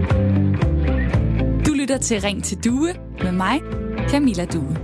Du lytter til Ring til Due med mig, Camilla Due.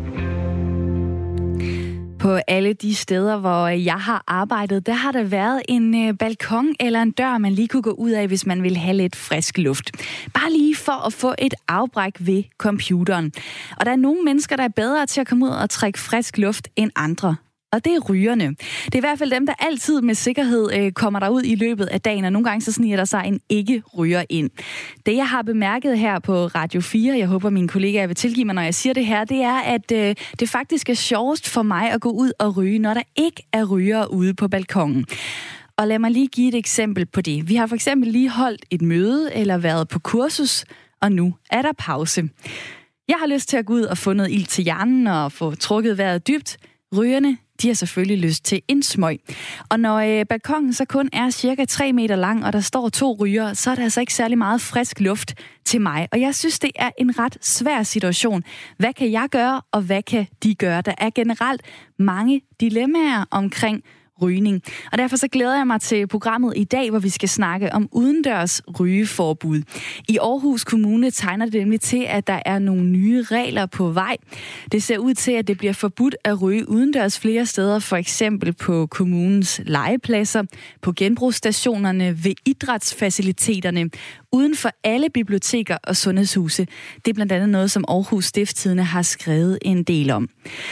På alle de steder, hvor jeg har arbejdet, der har der været en balkon eller en dør, man lige kunne gå ud af, hvis man vil have lidt frisk luft. Bare lige for at få et afbræk ved computeren. Og der er nogle mennesker, der er bedre til at komme ud og trække frisk luft end andre. Og det er rygerne. Det er i hvert fald dem, der altid med sikkerhed kommer derud i løbet af dagen, og nogle gange så sniger der sig en ikke-ryger ind. Det, jeg har bemærket her på Radio 4, jeg håber, mine kollegaer vil tilgive mig, når jeg siger det her, det er, at det faktisk er sjovest for mig at gå ud og ryge, når der ikke er rygere ude på balkonen. Og lad mig lige give et eksempel på det. Vi har for eksempel lige holdt et møde eller været på kursus, og nu er der pause. Jeg har lyst til at gå ud og få noget ild til hjernen og få trukket vejret dybt. Rygerne, de har selvfølgelig lyst til en smøg. Og når balkonen så kun er cirka 3 meter lang, og der står 2 rygere, så er der altså ikke særlig meget frisk luft til mig. Og jeg synes, det er en ret svær situation. Hvad kan jeg gøre, og hvad kan de gøre? Der er generelt mange dilemmaer omkring rygning. Og derfor så glæder jeg mig til programmet i dag, hvor vi skal snakke om udendørs rygeforbud. I Aarhus Kommune tegner det nemlig til, at der er nogle nye regler på vej. Det ser ud til, at det bliver forbudt at ryge udendørs flere steder, for eksempel på kommunens legepladser, på genbrugsstationerne, ved idrætsfaciliteterne, uden for alle biblioteker og sundhedshuse. Det er blandt andet noget, som Aarhus Stiftstidende har skrevet en del om.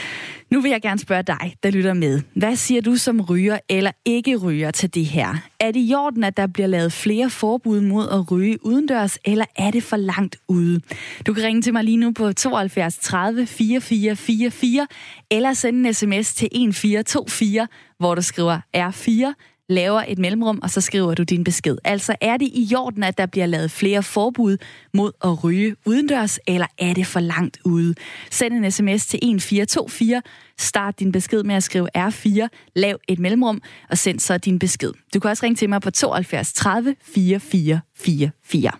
Nu vil jeg gerne spørge dig, der lytter med. Hvad siger du som ryger eller ikke ryger til det her? Er det i orden, at der bliver lavet flere forbud mod at ryge udendørs, eller er det for langt ude? Du kan ringe til mig lige nu på 72 30 44 44, eller sende en sms til 1424, hvor du skriver R4, laver et mellemrum, og så skriver du din besked. Altså, er det i orden, at der bliver lavet flere forbud mod at ryge udendørs, eller er det for langt ude? Send en sms til 1424, start din besked med at skrive R4, lav et mellemrum, og send så din besked. Du kan også ringe til mig på 72 30 44 44.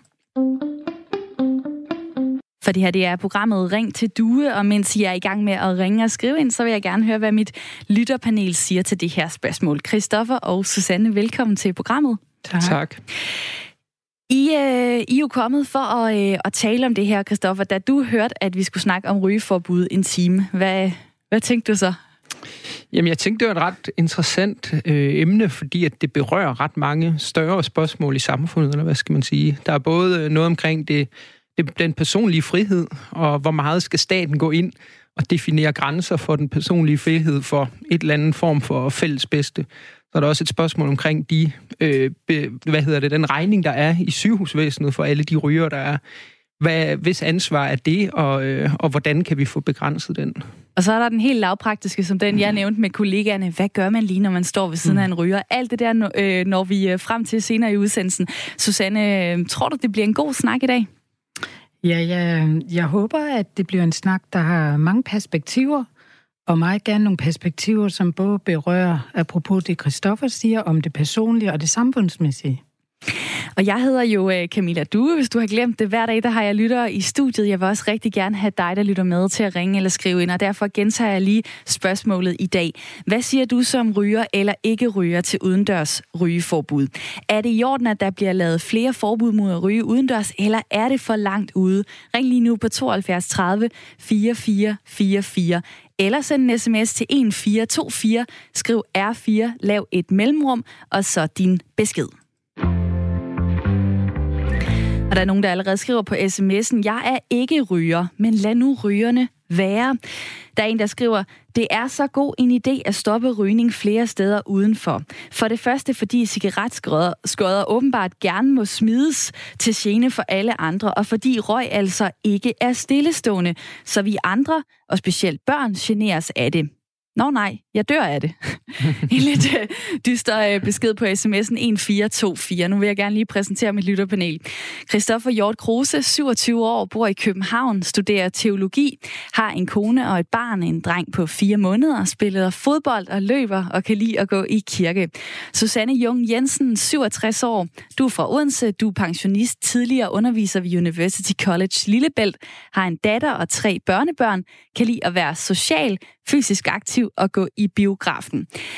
For det her, det er programmet Ring til Due, og mens I er i gang med at ringe og skrive ind, så vil jeg gerne høre, hvad mit lytterpanel siger til det her spørgsmål. Christoffer og Susanne, velkommen til programmet. Tak. I er jo kommet for at tale om det her, Christoffer. Da du hørte, at vi skulle snakke om rygeforbud en time, hvad tænkte du så? Jamen, jeg tænkte, det var et ret interessant emne, fordi at det berører ret mange større spørgsmål i samfundet, eller hvad skal man sige. Der er både noget omkring den personlige frihed, og hvor meget skal staten gå ind og definere grænser for den personlige frihed for et eller andet form for fælles bedste. Så er der også et spørgsmål omkring den regning, der er i sygehusvæsenet for alle de rygere, der er. Hvis ansvar er det, og hvordan kan vi få begrænset den? Og så er der den helt lavpraktiske, som den jeg nævnte med kollegaerne. Hvad gør man lige, når man står ved siden af en ryger? Alt det der når vi frem til senere i udsendelsen. Susanne, tror du, det bliver en god snak i dag? Ja, jeg håber, at det bliver en snak, der har mange perspektiver, og meget gerne nogle perspektiver, som både berører, apropos det Christoffer siger, om det personlige og det samfundsmæssige. Og jeg hedder jo Camilla Due, hvis du har glemt det. Hver dag, der har jeg lyttere i studiet. Jeg vil også rigtig gerne have dig, der lytter med, til at ringe eller skrive ind, og derfor gentager jeg lige spørgsmålet i dag. Hvad siger du som ryger eller ikke ryger til udendørs rygeforbud? Er det i orden, at der bliver lavet flere forbud mod at ryge udendørs, eller er det for langt ude? Ring lige nu på 72 30 44 44. Eller send en sms til 1424, skriv R4, lav et mellemrum, og så din besked. Og der er nogen, der allerede skriver på sms'en, jeg er ikke ryger, men lad nu rygerne være. Der er en, der skriver, det er så god en idé at stoppe rygning flere steder udenfor. For det første, fordi cigaretskodder åbenbart gerne må smides til gene for alle andre, og fordi røg altså ikke er stillestående, så vi andre, og specielt børn, generes af det. Nå nej, jeg dør af det. En lidt dyster besked på sms'en 1424. Nu vil jeg gerne lige præsentere mit lytterpanel. Christoffer Hjort Kruse, 27 år, bor i København, studerer teologi, har en kone og et barn, en dreng på 4 måneder, spiller fodbold og løber og kan lide at gå i kirke. Susanne Jung Jensen, 67 år, du er fra Odense, du er pensionist, tidligere underviser ved University College Lillebælt, har en datter og 3 børnebørn, kan lide at være social, fysisk aktiv og gå i biografen.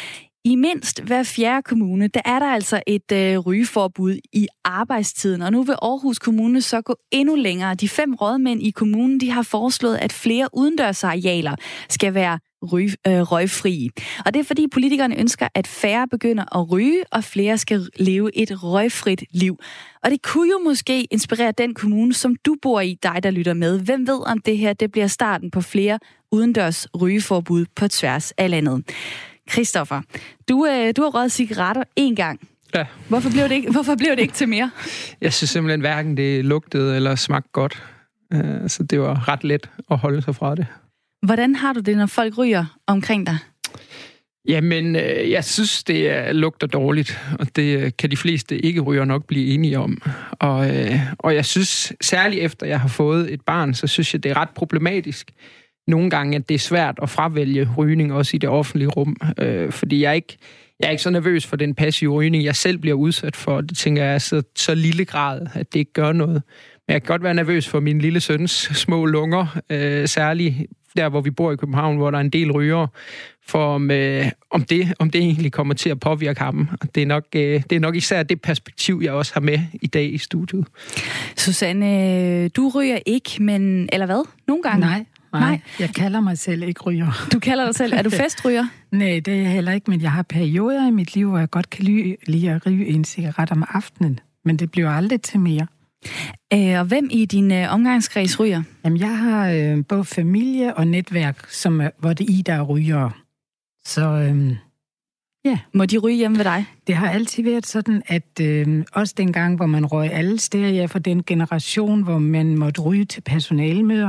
I mindst hver fjerde kommune, der er der altså et rygeforbud i arbejdstiden. Og nu vil Aarhus Kommune så gå endnu længere. De 5 rådmænd i kommunen, de har foreslået, at flere udendørsarealer skal være røgfri. Og det er fordi politikerne ønsker, at færre begynder at ryge, og flere skal leve et røgfrit liv. Og det kunne jo måske inspirere den kommune, som du bor i, dig der lytter med. Hvem ved, om det her det bliver starten på flere udendørs rygeforbud på tværs af landet. Christoffer, du har røget cigaretter 1 gang. Ja. Hvorfor blev det ikke til mere? Jeg synes simpelthen hverken det lugtede eller smagte godt. Så det var ret let at holde sig fra det. Hvordan har du det, når folk ryger omkring dig? Jamen, jeg synes, det lugter dårligt, og det kan de fleste ikke-ryger nok blive enige om. Og jeg synes, særligt efter jeg har fået et barn, så synes jeg, det er ret problematisk nogle gange, at det er svært at fravælge rygning også i det offentlige rum. Fordi jeg er ikke så nervøs for den passive rygning, jeg selv bliver udsat for. Det tænker jeg er så lille grad, at det ikke gør noget. Men jeg kan godt være nervøs for min lille søns små lunger, særligt der, hvor vi bor i København, hvor der er en del rygere, for om det egentlig kommer til at påvirke ham. Det er nok især det perspektiv, jeg også har med i dag i studiet. Susanne, du ryger ikke, men eller hvad? Nogle gange? Nej. Jeg kalder mig selv ikke ryger. Du kalder dig selv? Er du festryger? Nej, det er jeg heller ikke, men jeg har perioder i mit liv, hvor jeg godt kan lide at ryge en cigaret om aftenen. Men det bliver aldrig til mere. Og hvem i din omgangskreds ryger? Jamen, jeg har både familie og netværk, hvor det der er rygere. Så ja. Må de ryge hjemme ved dig? Det har altid været sådan, at også dengang, hvor man røg alle steder, jeg for den generation, hvor man måtte ryge til personalemøder,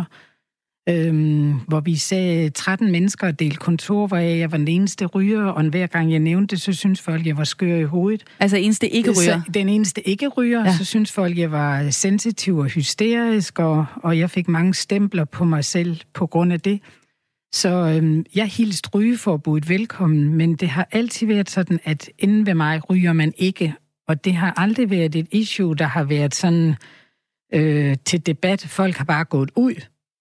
hvor vi sagde 13 mennesker og delte kontor, hvor jeg var den eneste ryger, og hver gang jeg nævnte det, så synes folk, jeg var skør i hovedet. Altså eneste ikke-ryger? Den eneste ikke-ryger, ja. Så synes folk, jeg var sensitiv og hysterisk, og jeg fik mange stempler på mig selv på grund af det. Så jeg hilste rygeforbuddet velkommen, men det har altid været sådan, at inden ved mig ryger man ikke, og det har aldrig været et issue, der har været sådan til debat. Folk har bare gået ud.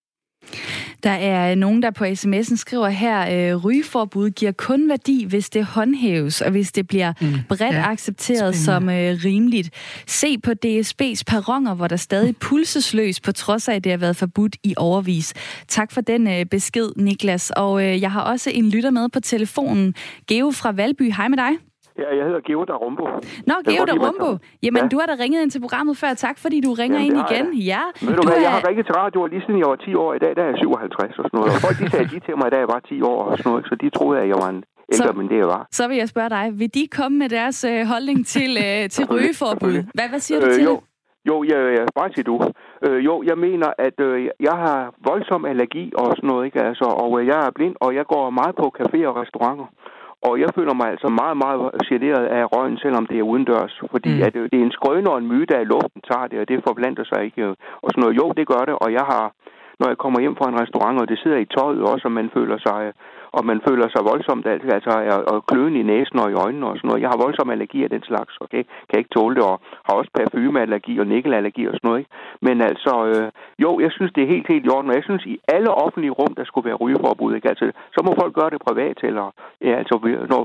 Der er nogen, der på sms'en skriver her, rygeforbud giver kun værdi, hvis det håndhæves, og hvis det bliver bredt accepteret som rimeligt. Se på DSB's perroner, hvor der stadig pulses løs, på trods af, at det har været forbudt i årevis. Tak for den besked, Niklas. Og jeg har også en lytter med på telefonen. Geo fra Valby. Hej med dig. Ja, jeg hedder Geo Darumbo. Nå, Geo Darumbo. Jamen, ja. Du har da ringet ind til programmet før. Tak, fordi du ringer ind igen. Ja. Ved du hvad, jeg har ringet til radio lige siden jeg var 10 år. I dag der er jeg 57 og sådan noget. Og folk, de sagde til mig, da jeg var 10 år og sådan noget. Så de troede, at jeg var en ældre, men det jeg var. Så vil jeg spørge dig. Vil de komme med deres holdning til rygeforbud? Hvad siger du til det? Jo, jeg bare siger du. Jeg mener, at jeg har voldsom allergi og sådan noget, ikke? Altså, og jeg er blind, og jeg går meget på caféer og restauranter. Og jeg føler mig altså meget, meget generet af røgen, selvom det er udendørs. Fordi at det er en skrøne og en myte, der i luften tager det, og det forplanter sig ikke. Og sådan noget. Jo, det gør det, og jeg har, når jeg kommer hjem fra en restaurant, og det sidder i tøjet også, og man føler sig voldsomt, altså og kløen i næsen og i øjnene og sådan noget. Jeg har voldsom allergi af den slags, okay? Kan ikke tåle det, og har også parfumeallergi og nikkelallergi og sådan noget, ikke? Men altså, jeg synes, det er helt i orden, og jeg synes, i alle offentlige rum, der skulle være rygeforbud, ikke? Altså, så må folk gøre det privat, eller altså,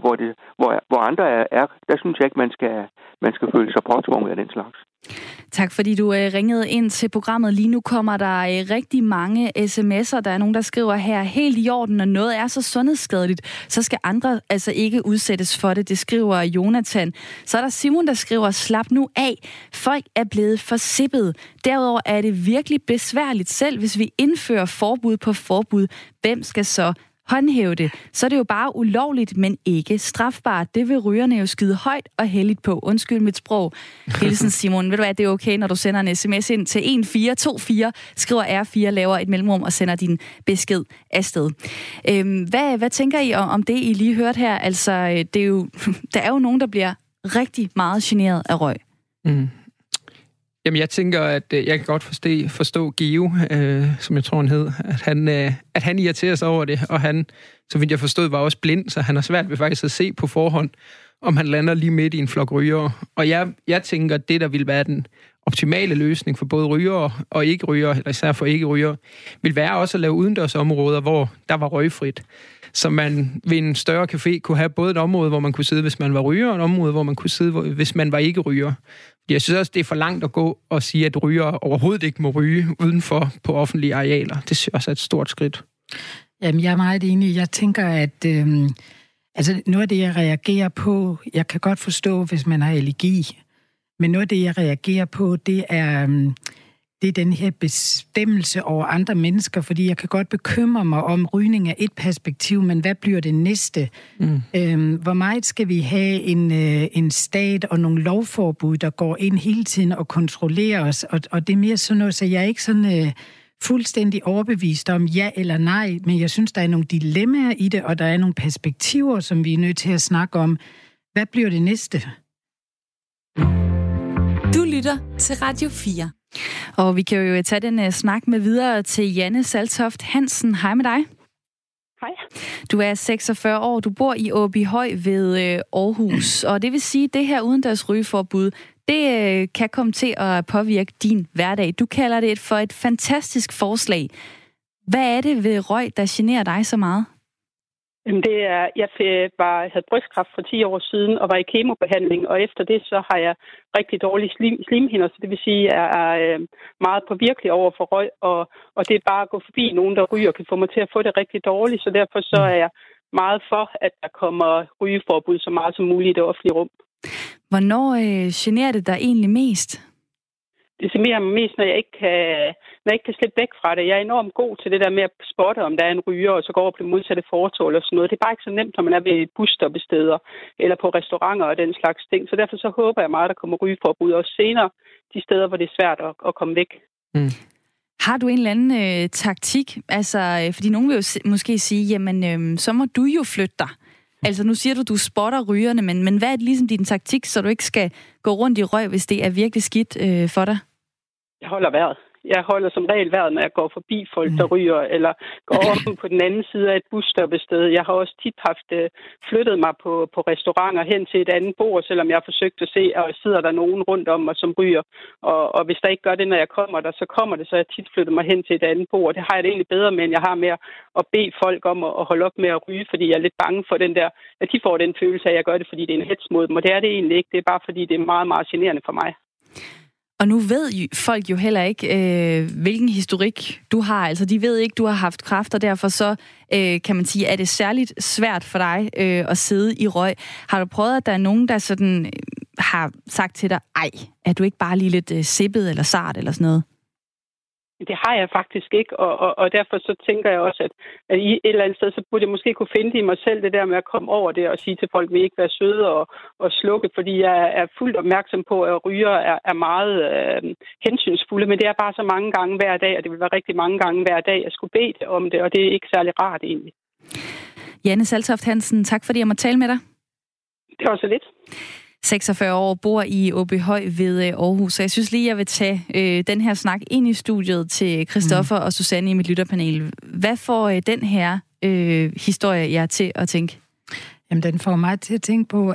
hvor andre er, der synes jeg ikke, man skal føle sig påtvunget af den slags. Tak fordi du ringede ind til programmet. Lige nu kommer der rigtig mange sms'er. Der er nogen, der skriver her, helt i orden, når noget er så sundhedsskadeligt, så skal andre altså ikke udsættes for det. Det skriver Jonathan. Så er der Simon, der skriver, slap nu af. Folk er blevet forsippet. Derudover er det virkelig besværligt selv, hvis vi indfører forbud på forbud. Hvem skal så håndhæve det? Så er det jo bare ulovligt, men ikke strafbart. Det vil rygerne jo skide højt og heldigt på. Undskyld mit sprog. Hilsen Simon. Ved du hvad, det er okay, når du sender en sms ind til 1424, skriver R4, laver et mellemrum og sender din besked afsted. Hvad tænker I om det, I lige hørte her? Altså, der er jo nogen, der bliver rigtig meget generet af røg. Jamen, jeg tænker, at jeg kan godt forstå Geo, som jeg tror, han hed, at han irriterer sig over det, og han, så vidt jeg forstod, var også blind, så han har svært ved faktisk at se på forhånd, om han lander lige midt i en flok rygere. Og jeg tænker, at det, der vil være den optimale løsning for både rygere og ikke-rygere, eller især for ikke-rygere, vil være også at lave udendørsområder, hvor der var røgfrit. Så man ved en større café kunne have både et område, hvor man kunne sidde, hvis man var ryger, og et område, hvor man kunne sidde, hvis man var ikke-ryger. Jeg synes også, det er for langt at gå og sige, at rygere overhovedet ikke må ryge udenfor på offentlige arealer. Det synes jeg også er et stort skridt. Jamen, jeg er meget enig. Jeg tænker, at noget af det, jeg reagerer på, jeg kan godt forstå, hvis man har allergi, men noget af det, jeg reagerer på, det er den her bestemmelse over andre mennesker, fordi jeg kan godt bekymre mig om rygning af et perspektiv, men hvad bliver det næste? Hvor meget skal vi have en stat og nogle lovforbud, der går ind hele tiden og kontrollerer os? Og det er mere sådan noget, så jeg er ikke sådan fuldstændig overbevist om ja eller nej, men jeg synes, der er nogle dilemmaer i det, og der er nogle perspektiver, som vi er nødt til at snakke om. Hvad bliver det næste? Du lytter til Radio 4. Og vi kan jo tage den snak med videre til Janne Saltoft Hansen. Hej med dig. Hej. Du er 46 år, du bor i Åbyhøj ved Aarhus, og det vil sige, at det her udendørs rygeforbud, det kan komme til at påvirke din hverdag. Du kalder det for et fantastisk forslag. Hvad er det ved røg, der generer dig så meget? Jeg havde brystkræft for 10 år siden og var i kemobehandling, og efter det så har jeg rigtig dårlige slimhinder, så det vil sige, at jeg er meget påvirkelig over for røg, og det er bare at gå forbi nogen, der ryger, kan få mig til at få det rigtig dårligt, så derfor så er jeg meget for, at der kommer rygeforbud så meget som muligt i det offentlige rum. Hvornår generer det dig egentlig mest? Det generer mig mest, når jeg ikke kan slippe væk fra det. Jeg er enormt god til det der med at spotte, om der er en ryger, og så går over på det modsatte fortov eller sådan noget. Det er bare ikke så nemt, når man er ved busstoppesteder eller på restauranter og den slags ting. Så derfor så håber jeg meget, at der kommer rygeforbud også senere de steder, hvor det er svært at komme væk. Mm. Har du en eller anden taktik? Altså, fordi nogen vil jo måske sige, jamen, så må du jo flytte dig. Altså, nu siger du spotter rygerne, men hvad er det ligesom din taktik, så du ikke skal gå rundt i røg, hvis det er virkelig skidt for dig? Jeg holder vejret. Jeg holder som regel vejret, når jeg går forbi folk, der ryger, eller går om på den anden side af et busstoppested. Jeg har også tit flyttet mig på restauranter hen til et andet bord, selvom jeg har forsøgt at se, og sidder der nogen rundt om mig, som ryger. Og hvis der ikke gør det, når jeg kommer der, så kommer det, så jeg tit flytter mig hen til et andet bord. Det har jeg det egentlig bedre med, end jeg har med at bede folk om at holde op med at ryge, fordi jeg er lidt bange for den der, at de får den følelse af, at jeg gør det, fordi det er en hets mod dem. Og det er det egentlig ikke. Det er bare, fordi det er meget, meget generende for mig. Og nu ved folk jo heller ikke, hvilken historik du har. Altså, de ved ikke, du har haft kræft, og derfor så, kan man sige, er det særligt svært for dig at sidde i røg. Har du prøvet, at der er nogen, der sådan har sagt til dig, ej, er du ikke bare lige lidt sippet eller sart eller sådan noget? Det har jeg faktisk ikke, og derfor så tænker jeg også, at i et eller andet sted, så burde jeg måske kunne finde det i mig selv, det der med at komme over det og sige til folk, at vi ikke være søde og slukke, fordi jeg er fuldt opmærksom på, at ryger er meget hensynsfulde, men det er bare så mange gange hver dag, og det vil være rigtig mange gange hver dag, jeg skulle bede det om det, og det er ikke særlig rart egentlig. Janne Saltoft Hansen, tak fordi jeg måtte tale med dig. Det var så lidt. 46 år, bor i Åbyhøj ved Aarhus. Så jeg synes lige, jeg vil tage den her snak ind i studiet til Christoffer og Susanne i mit lytterpanel. Hvad får den her historie jer til at tænke? Jamen, den får mig til at tænke på,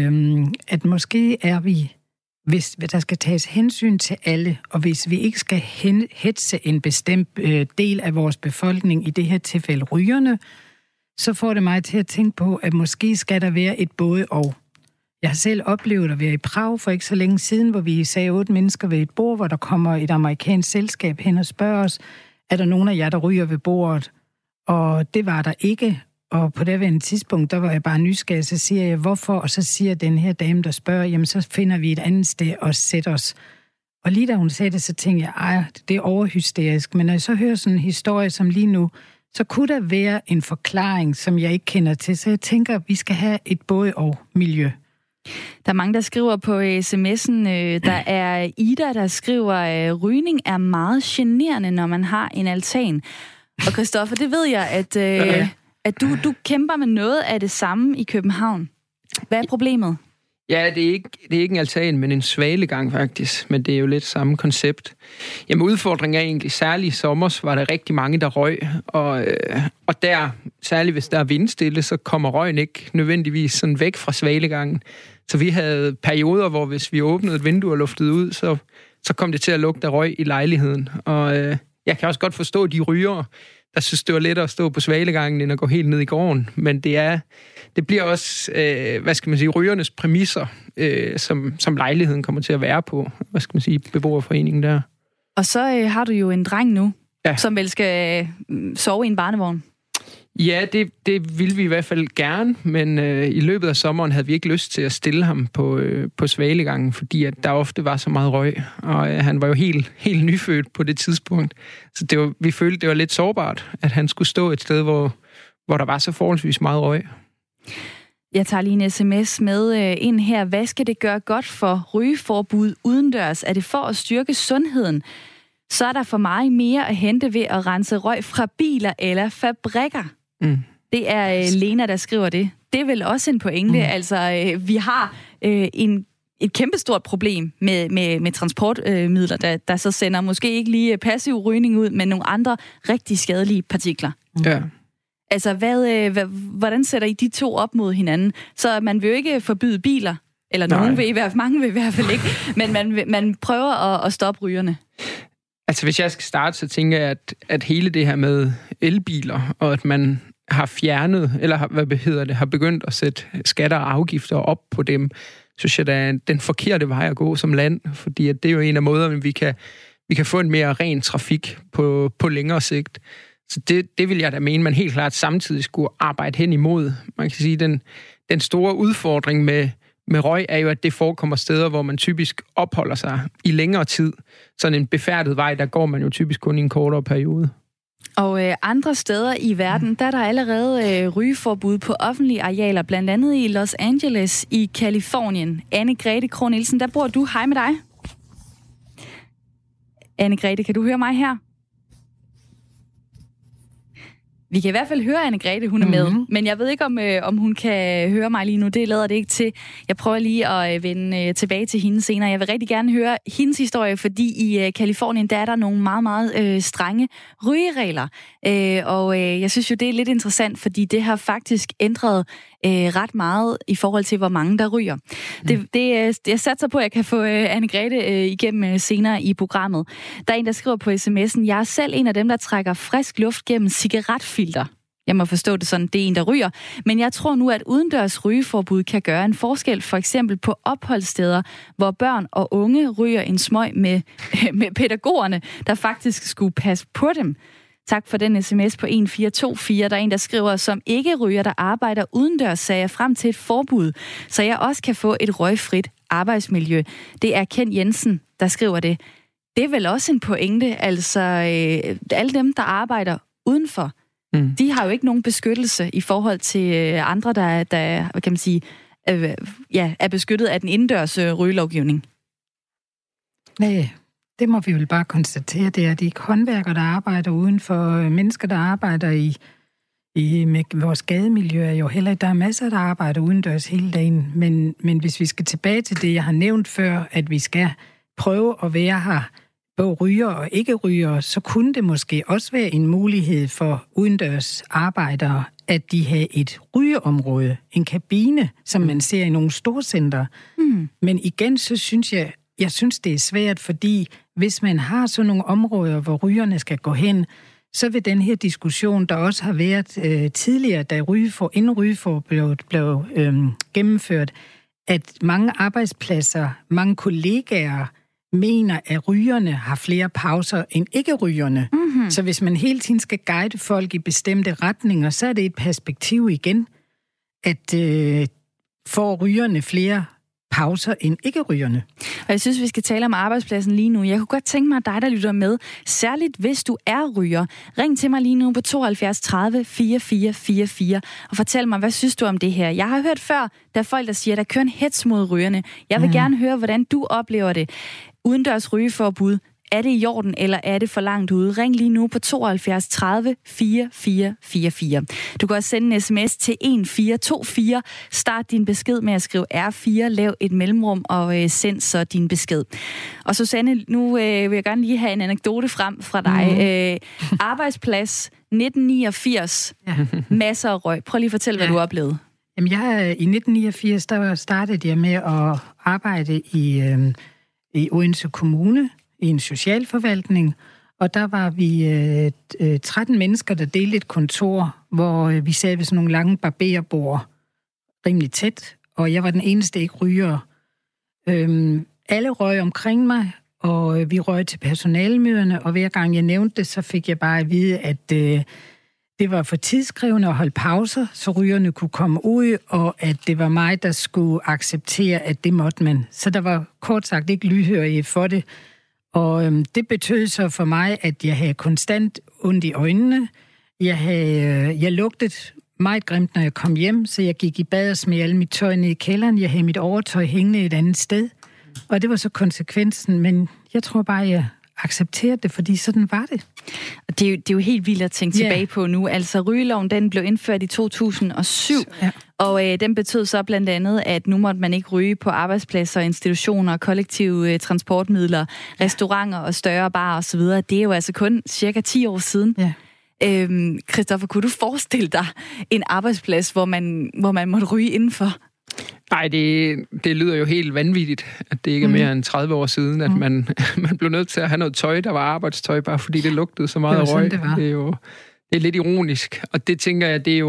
at måske er vi, hvis der skal tages hensyn til alle, og hvis vi ikke skal hetze en bestemt del af vores befolkning, i det her tilfælde rygerne, så får det mig til at tænke på, at måske skal der være et både og. Jeg har selv oplevet at være i Prag for ikke så længe siden, hvor vi sagde 8 mennesker ved et bord, hvor der kommer et amerikansk selskab hen og spørger os, er der nogen af jer, der ryger ved bordet? Og det var der ikke. Og på det tidspunkt, der var jeg bare nysgerrig, så siger jeg, hvorfor? Og så siger den her dame, der spørger, jamen så finder vi et andet sted og sætter os. Og lige da hun sagde det, så tænkte jeg, ej, det er overhysterisk. Men når jeg så hører sådan en historie som lige nu, så kunne der være en forklaring, som jeg ikke kender til. Så jeg tænker, at vi skal have et både og miljø. Der er mange, der skriver på sms'en. Der er Ida, der skriver, at rygning er meget generende, når man har en altan. Og Christoffer, det ved jeg, at du kæmper med noget af det samme i København. Hvad er problemet? Ja, det er ikke en altan, men en svalegang faktisk. Men det er jo lidt samme koncept. Jamen udfordringen er egentlig, særligt i sommer, var der rigtig mange, der røg. Og der, særligt hvis der er vindstille, så kommer røgen ikke nødvendigvis sådan væk fra svalegangen. Så vi havde perioder, hvor hvis vi åbnede et vindue og luftede ud, så kom det til at lugte af røg i lejligheden. Og jeg kan også godt forstå de rygere, der synes, det var lettere at stå på Svalegangen, end at gå helt ned i gården. Men det bliver også, rygernes præmisser, som lejligheden kommer til at være på, beboerforeningen der. Og så har du jo en dreng nu, som vel skal sove i en barnevogn. Ja, det ville vi i hvert fald gerne, men i løbet af sommeren havde vi ikke lyst til at stille ham på Svalegangen, fordi at der ofte var så meget røg, og han var jo helt nyfødt på det tidspunkt. Så vi følte, det var lidt sårbart, at han skulle stå et sted, hvor der var så forholdsvis meget røg. Jeg tager lige en sms med ind her. Hvad skal det gøre godt for rygeforbud udendørs? Er det for at styrke sundheden? Så er der for mig mere at hente ved at rense røg fra biler eller fabrikker. Det er Lena, der skriver det. Det er vel også en pointe. Altså, vi har et kæmpestort problem med transportmidler, der så sender måske ikke lige passiv rygning ud, men nogle andre rigtig skadelige partikler. Ja. Altså, hvordan sætter I de to op mod hinanden? Så man vil jo ikke forbyde biler, eller mange vil i hvert fald ikke, men man prøver at stoppe rygerne. Altså, hvis jeg skal starte, så tænker jeg, at hele det her med elbiler, og at man har fjernet, eller har begyndt at sætte skatter og afgifter op på dem, synes jeg, der er den forkerte vej at gå som land, fordi at det er jo en af måderne, vi kan få en mere ren trafik på længere sigt. Så det vil jeg da mene, man helt klart samtidig skulle arbejde hen imod. Man kan sige, den store udfordring med røg er jo, at det forekommer steder, hvor man typisk opholder sig i længere tid. Sådan en befærdet vej, der går man jo typisk kun i en kortere periode. Og andre steder i verden, der er der allerede rygeforbud på offentlige arealer, blandt andet i Los Angeles i Californien. Anne-Grethe Krog Nielsen, der bor du. Hej med dig. Anne-Grethe, kan du høre mig her? Vi kan i hvert fald høre Anne-Grethe, hun er med, men jeg ved ikke, om hun kan høre mig lige nu. Det lader det ikke til. Jeg prøver lige at vende tilbage til hende senere. Jeg vil rigtig gerne høre hendes historie, fordi i Californien, der er der nogle meget, meget strenge rygeregler. Og jeg synes jo, det er lidt interessant, fordi det har faktisk ændret ret meget i forhold til, hvor mange der ryger. Jeg satser på, at jeg kan få Anne-Grethe igennem senere i programmet. Der er en, der skriver på sms'en, jeg er selv en af dem, der trækker frisk luft gennem cigaretfilter. Jeg må forstå det sådan, det er en, der ryger. Men jeg tror nu, at udendørs rygeforbud kan gøre en forskel, for eksempel på opholdssteder, hvor børn og unge ryger en smøg med pædagogerne, der faktisk skulle passe på dem. Tak for den sms på 1424. Der er en, der skriver, som ikke ryger, der arbejder udendørs, sagde jeg frem til et forbud, så jeg også kan få et røgfrit arbejdsmiljø. Det er Ken Jensen, der skriver det. Det er vel også en pointe, altså alle dem, der arbejder udenfor, de har jo ikke nogen beskyttelse i forhold til andre, der kan man sige, er beskyttet af den indendørs rygelovgivning. Nej. Det må vi vel bare konstatere, det er de ikke håndværkere, der arbejder udenfor, mennesker, der arbejder med vores gademiljø, er jo heller ikke. Der er masser, der arbejder udendørs hele dagen, men hvis vi skal tilbage til det, jeg har nævnt før, at vi skal prøve at være her, både ryger og ikke ryger, så kunne det måske også være en mulighed for udendørs arbejdere, at de har et rygeområde, en kabine, som man ser i nogle storcenter. Men igen, så synes jeg synes, det er svært, fordi hvis man har sådan nogle områder, hvor rygerne skal gå hen, så vil den her diskussion, der også har været tidligere, da inden rygeforbuddet blev gennemført, at mange arbejdspladser, mange kollegaer mener, at rygerne har flere pauser end ikke-rygerne. Så hvis man hele tiden skal guide folk i bestemte retninger, så er det et perspektiv igen, at får rygerne flere pauser end ikke-rygerne. Og jeg synes, vi skal tale om arbejdspladsen lige nu. Jeg kunne godt tænke mig, at dig, der lytter med, særligt hvis du er ryger, ring til mig lige nu på 72 30 44 44 og fortæl mig, hvad synes du om det her? Jeg har hørt før, der er folk, der siger, der kører en hets mod rygerne. Jeg vil gerne høre, hvordan du oplever det. Udendørs rygeforbud. Er det i orden, eller er det for langt ude? Ring lige nu på 72 30 44 44. Du kan også sende en sms til 1424. Start din besked med at skrive R4, lav et mellemrum og send så din besked. Og Susanne, nu vil jeg gerne lige have en anekdote frem fra dig. Arbejdsplads 1989. Masser af røg. Prøv lige at fortælle, hvad du oplevede. Jamen, i 1989 der startede jeg med at arbejde i i Odense Kommune i en socialforvaltning, og der var vi 13 mennesker, der delte et kontor, hvor vi sad ved sådan nogle lange barberbord rimelig tæt, og jeg var den eneste ikke ryger. Alle røg omkring mig, og vi røg til personalemøderne, og hver gang jeg nævnte det, så fik jeg bare at vide, at det var for tidskrævende at holde pauser, så rygerne kunne komme ud, og at det var mig, der skulle acceptere, at det måtte man. Så der var kort sagt ikke lydhørighed for det. Og det betød så for mig, at jeg havde konstant ondt i øjnene. Jeg lugtede meget grimt, når jeg kom hjem, så jeg gik i bad og smed alle mit tøj ned i kælderen. Jeg havde mit overtøj hængende et andet sted. Og det var så konsekvensen, men jeg tror bare, jeg accepterede det, fordi sådan var det. Det er jo helt vildt at tænke tilbage på nu. Altså, rygeloven, den blev indført i 2007, og den betød så blandt andet, at nu måtte man ikke ryge på arbejdspladser, institutioner, kollektive transportmidler, restauranter og større barer osv. Det er jo altså kun cirka 10 år siden. Ja. Christoffer, kunne du forestille dig en arbejdsplads, hvor man måtte ryge indenfor? Nej, det lyder jo helt vanvittigt, at det ikke er mere end 30 år siden, at man blev nødt til at have noget tøj, der var arbejdstøj, bare fordi det lugtede så meget af røg. Det er lidt ironisk, og det tænker jeg, det er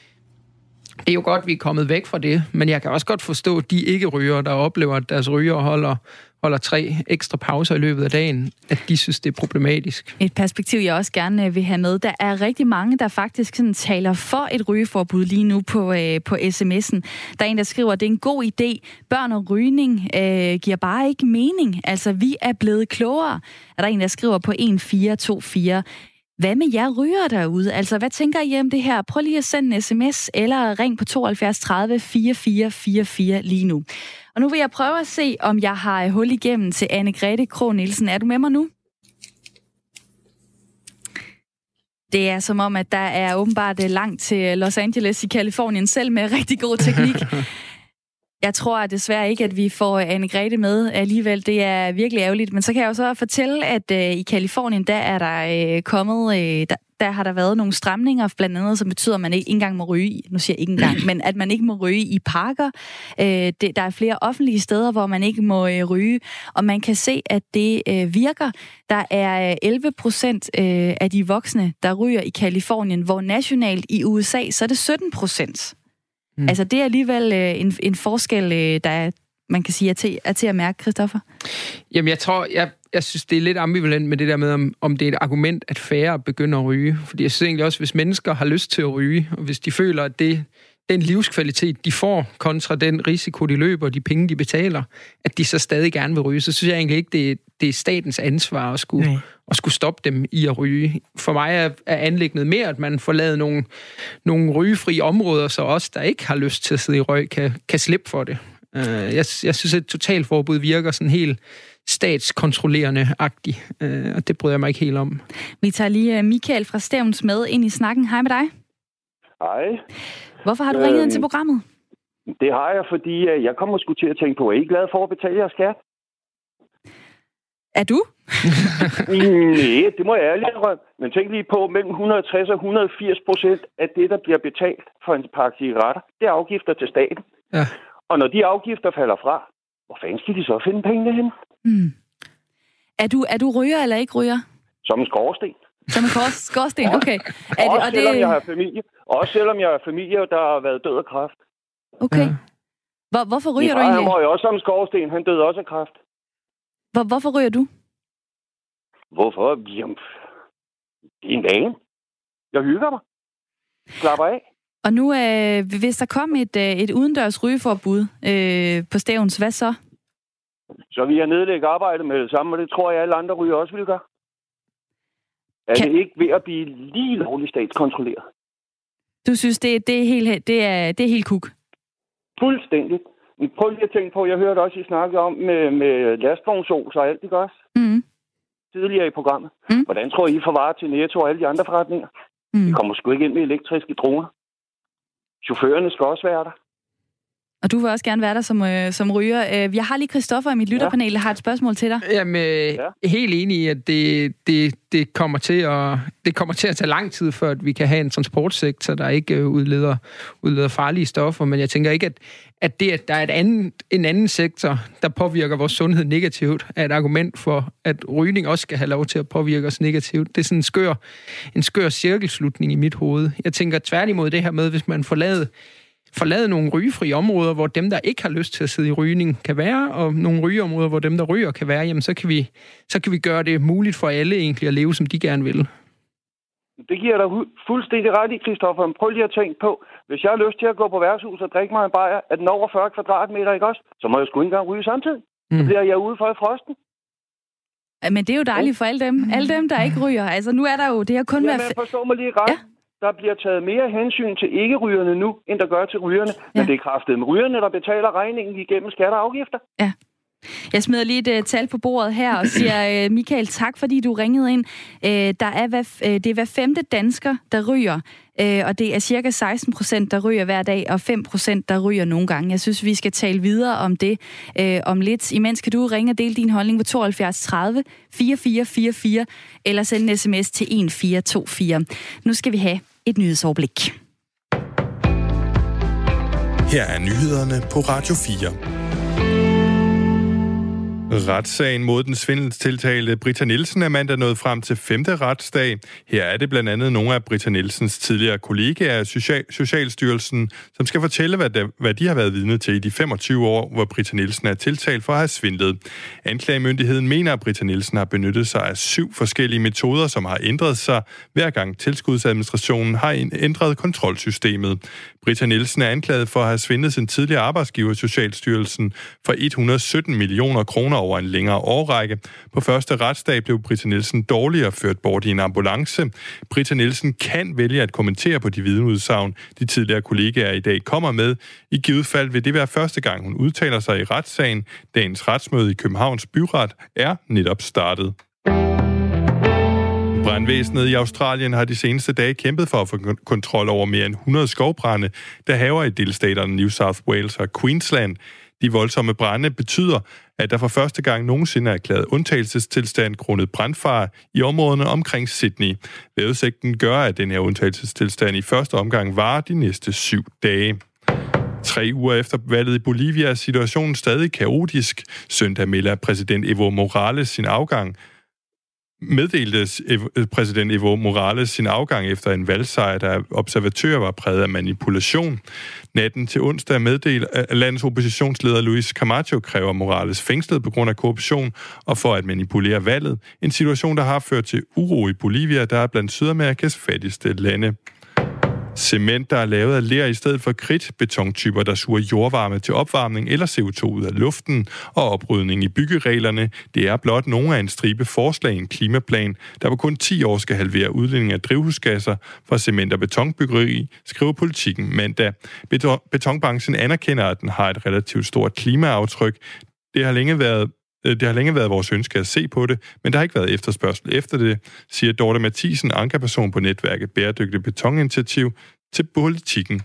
jo godt, at vi er kommet væk fra det, men jeg kan også godt forstå, at de ikke-rygere, der oplever, at deres ryger holder 3 ekstra pauser i løbet af dagen, at de synes, det er problematisk. Et perspektiv, jeg også gerne vil have med. Der er rigtig mange, der faktisk sådan taler for et rygeforbud lige nu på sms'en. Der er en, der skriver, at det er en god idé. Børn og rygning giver bare ikke mening. Altså, vi er blevet klogere. Er der en, der skriver på 1424. Hvad med jer ryger derude? Altså, hvad tænker I om det her? Prøv lige at sende en sms eller ring på 72 30 44 44 lige nu. Og nu vil jeg prøve at se, om jeg har hul igennem til Anne-Grethe Krog Nielsen. Er du med mig nu? Det er som om, at der er åbenbart langt til Los Angeles i Californien, selv med rigtig god teknik. Jeg tror desværre ikke, at vi får Anne-Grethe med alligevel. Det er virkelig ærgerligt. Men så kan jeg jo så fortælle, at i Californien, der er der kommet... Der har der været nogle stramninger, blandt andet, som betyder, at man ikke engang må ryge, nu siger jeg ikke engang, men at man ikke må ryge i parker. Der er flere offentlige steder, hvor man ikke må ryge, og man kan se, at det virker. Der er 11% af de voksne, der ryger i Californien, hvor nationalt i USA, så er det 17%. Altså, det er alligevel en forskel, der man kan sige, er til at mærke, Christoffer. Jamen, jeg synes, det er lidt ambivalent med det der med, om det er et argument, at færre begynder at ryge. Fordi jeg synes egentlig også, hvis mennesker har lyst til at ryge, og hvis de føler, at den livskvalitet, de får, kontra den risiko, de løber, og de penge, de betaler, at de så stadig gerne vil ryge, så synes jeg egentlig ikke, det er statens ansvar at skulle stoppe dem i at ryge. For mig er anliggende mere, at man får lavet nogle rygefri områder, så os, der ikke har lyst til at sidde i røg, kan slippe for det. Jeg synes, at et totalforbud virker sådan helt statskontrollerende-agtigt, og det bryder jeg mig ikke helt om. Vi tager lige Michael fra Stevns med ind i snakken. Hej med dig. Hej. Hvorfor har du ringet ind til programmet? Det har jeg, fordi jeg kommer sgu til at tænke på, er I glade for at betale jeres skat? Er du? Nej, det må jeg ærligt indrømme. Men tænk lige på, mellem 160 og 180% af det, der bliver betalt for en pakke cigaretter, det er afgifter til staten. Ja. Og når de afgifter falder fra, hvor fanden skal de så finde pengene hen? Er du ryger eller ikke ryger? Som en skorsten. Som en skorsten, okay. Også selvom jeg har familie, der har været død af kræft. Okay. Hvorfor ryger du egentlig? Han var jo også som en skorsten. Han døde også af kræft. Hvorfor ryger du? Hvorfor? Jamen, det er en vane. Jeg hygger mig. Slapper af. Og nu, hvis der kom et udendørs rygeforbud på Stevns, hvad så? Så vil jeg nedlægge arbejdet med det samme, og det tror jeg, alle andre ryger også vil gøre. Er det ikke ved at blive lige lovligt statskontrolleret? Du synes, det er helt kuk? Fuldstændigt. Men prøv lige at tænke på, jeg hørte også, I snakkede om med lastvognsols og alt, det gør. Tidligere i programmet. Hvordan tror I får varer til Netto og alle de andre forretninger? Vi kommer sgu ikke ind med elektriske droner. Chaufførerne skal også være der. Og du vil også gerne være der som ryger. Jeg har lige Christoffer i mit lytterpanel, der har et spørgsmål til dig. Jamen, helt enig i, at det kommer til at tage lang tid, før at vi kan have en transportsektor, der ikke udleder farlige stoffer. Men jeg tænker ikke, at der er en anden sektor, der påvirker vores sundhed negativt, er et argument for, at rygning også skal have lov til at påvirke os negativt. Det er sådan en skør cirkelslutning i mit hoved. Jeg tænker tværtimod det her med, hvis man forlade nogle rygefri områder, hvor dem, der ikke har lyst til at sidde i rygning, kan være, og nogle rygeområder, hvor dem, der ryger, kan være, jamen så kan vi gøre det muligt for alle egentlig at leve, som de gerne vil. Det giver dig fuldstændig ret i, Christoffer. Prøv lige at tænke på, hvis jeg har lyst til at gå på værtshus og drikke mig en bajer, er den over 40 kvadratmeter, ikke også? Så må jeg sgu ikke engang ryge samtidig. Så bliver jeg ude for i frosten. Men det er jo dejligt for alle dem, der ikke ryger. Altså nu er der jo, det har kun været... Jamen, forstår mig lige ret. Ja. Der bliver taget mere hensyn til ikke-rygerne nu, end der gør til rygerne. Men det er kraftedeme rygerne, der betaler regningen igennem skatter og afgifter. Ja. Jeg smider lige et tal på bordet her og siger, Michael, tak fordi du ringede ind. Det er hver 5. dansker, der ryger, og det er cirka 16%, der ryger hver dag, og 5%, der ryger nogle gange. Jeg synes, vi skal tale videre om det om lidt. Imens kan du ringe og dele din holdning på 72 30 4444, eller sende en sms til 1424. Nu skal vi have et nyhedsoverblik. Her er nyhederne på Radio 4. Retssagen mod den svindeltiltalte Britta Nielsen er mandag nået frem til 5. retsdag. Her er det blandt andet nogle af Britta Nielsens tidligere kollegaer af Socialstyrelsen, som skal fortælle, hvad de har været vidne til i de 25 år, hvor Britta Nielsen er tiltalt for at have svindlet. Anklagemyndigheden mener, at Britta Nielsen har benyttet sig af 7 forskellige metoder, som har ændret sig, hver gang tilskudsadministrationen har ændret kontrolsystemet. Britta Nielsen er anklaget for at have svindlet sin tidligere arbejdsgiver Socialstyrelsen for 117 millioner kroner over en længere årrække. På første retsdag blev Britta Nielsen dårligere ført bort i en ambulance. Britta Nielsen kan vælge at kommentere på de vidneudsagn, de tidligere kollegaer i dag kommer med. I givet fald vil det være første gang, hun udtaler sig i retssagen. Dagens retsmøde i Københavns Byret er netop startet. Brandvæsenet i Australien har de seneste dage kæmpet for at få kontrol over mere end 100 skovbrande, der hærger i delstaterne New South Wales og Queensland. De voldsomme brande betyder, at der for første gang nogensinde er erklæret undtagelsestilstand grundet brandfare i områderne omkring Sydney. Vejrudsigten gør, at den her undtagelsestilstand i første omgang varer de næste 7 dage. 3 uger efter valget i Bolivia er situationen stadig kaotisk. Søndag melder præsident Evo Morales sin afgang. Meddelte præsident Evo Morales sin afgang efter en valgsejr, der observatører var præget af manipulation. Natten til onsdag meddelte landets oppositionsleder Luis Camacho kræver Morales fængslet på grund af korruption og for at manipulere valget. En situation, der har ført til uro i Bolivia, der er blandt Sydamerikas fattigste lande. Cement, der er lavet af ler i stedet for kridt, betontyper, der suger jordvarme til opvarmning eller CO2 ud af luften, og oprydning i byggereglerne, det er blot nogle af en stribe forslag i en klimaplan, der på kun 10 år skal halvere udledning af drivhusgasser fra cement- og betonbyggeri, skriver Politikken mandag. Betonbranchen anerkender, at den har et relativt stort klimaaftryk. Det har længe været vores ønske at se på det, men der har ikke været efterspørgsel efter det, siger Dorte Mathisen, ankerperson på netværket Bæredygtig Betoninitiativ, til Politikken.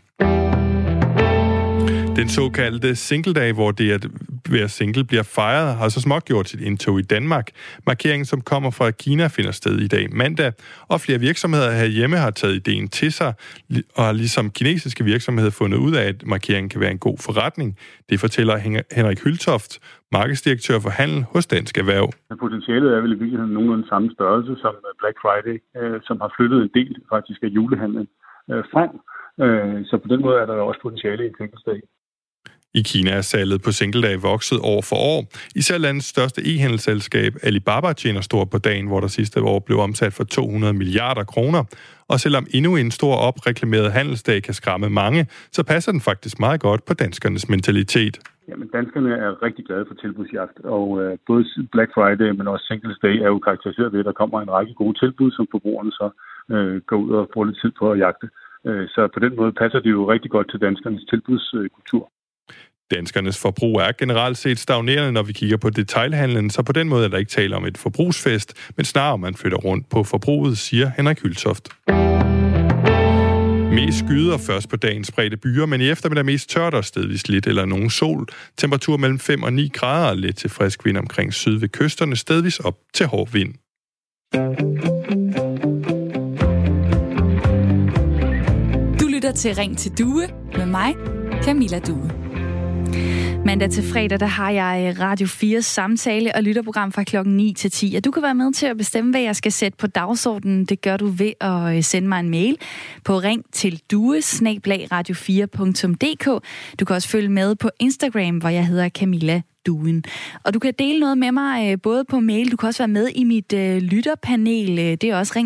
Den såkaldte singledag, hvor det at være single bliver fejret, har så småt gjort sit indtog i Danmark. Markeringen, som kommer fra Kina, finder sted i dag mandag, og flere virksomheder herhjemme har taget ideen til sig, og har ligesom kinesiske virksomheder fundet ud af, at markeringen kan være en god forretning. Det fortæller Henrik Hyltoft, markedsdirektør for handel hos Dansk Erhverv. Potentialet er vel i virkeligheden nogenlunde samme størrelse som Black Friday, som har flyttet en del faktisk af julehandlen frem. Så på den måde er der også potentiale i singledag. I Kina er salget på singledag vokset år for år. Især landets største e-handelsselskab Alibaba tjener stort på dagen, hvor der sidste år blev omsat for 200 milliarder kroner. Og selvom endnu en stor opreklameret handelsdag kan skræmme mange, så passer den faktisk meget godt på danskernes mentalitet. Jamen, danskerne er rigtig glade for tilbudsjagt, og både Black Friday, men også Singles Day er jo karakteriseret ved, at der kommer en række gode tilbud, som forbrugerne så går ud og får lidt tid på at jagte. Så på den måde passer det jo rigtig godt til danskernes tilbudskultur. Danskernes forbrug er generelt set stagnerende, når vi kigger på detailhandlen, så på den måde er der ikke tale om et forbrugsfest, men snarere man flytter rundt på forbruget, siger Henrik Hyltoft. Mest skyder først på dagen spredte byer, men i eftermiddag mest tørt og stedvis lidt eller nogen sol. Temperatur mellem 5 og 9 grader, lidt til frisk vind omkring syd ved kysterne, stedvis op til hård vind. Du lytter til Ring til Due med mig, Camilla Due. Mandag til fredag, der har jeg Radio 4's samtale- og lytterprogram fra klokken 9 til 10. Og du kan være med til at bestemme, hvad jeg skal sætte på dagsordenen. Det gør du ved at sende mig en mail på ringtildue@radio4.dk. Du kan også følge med på Instagram, hvor jeg hedder Camilla Duen. Og du kan dele noget med mig både på mail. Du kan også være med i mit lytterpanel. Det er også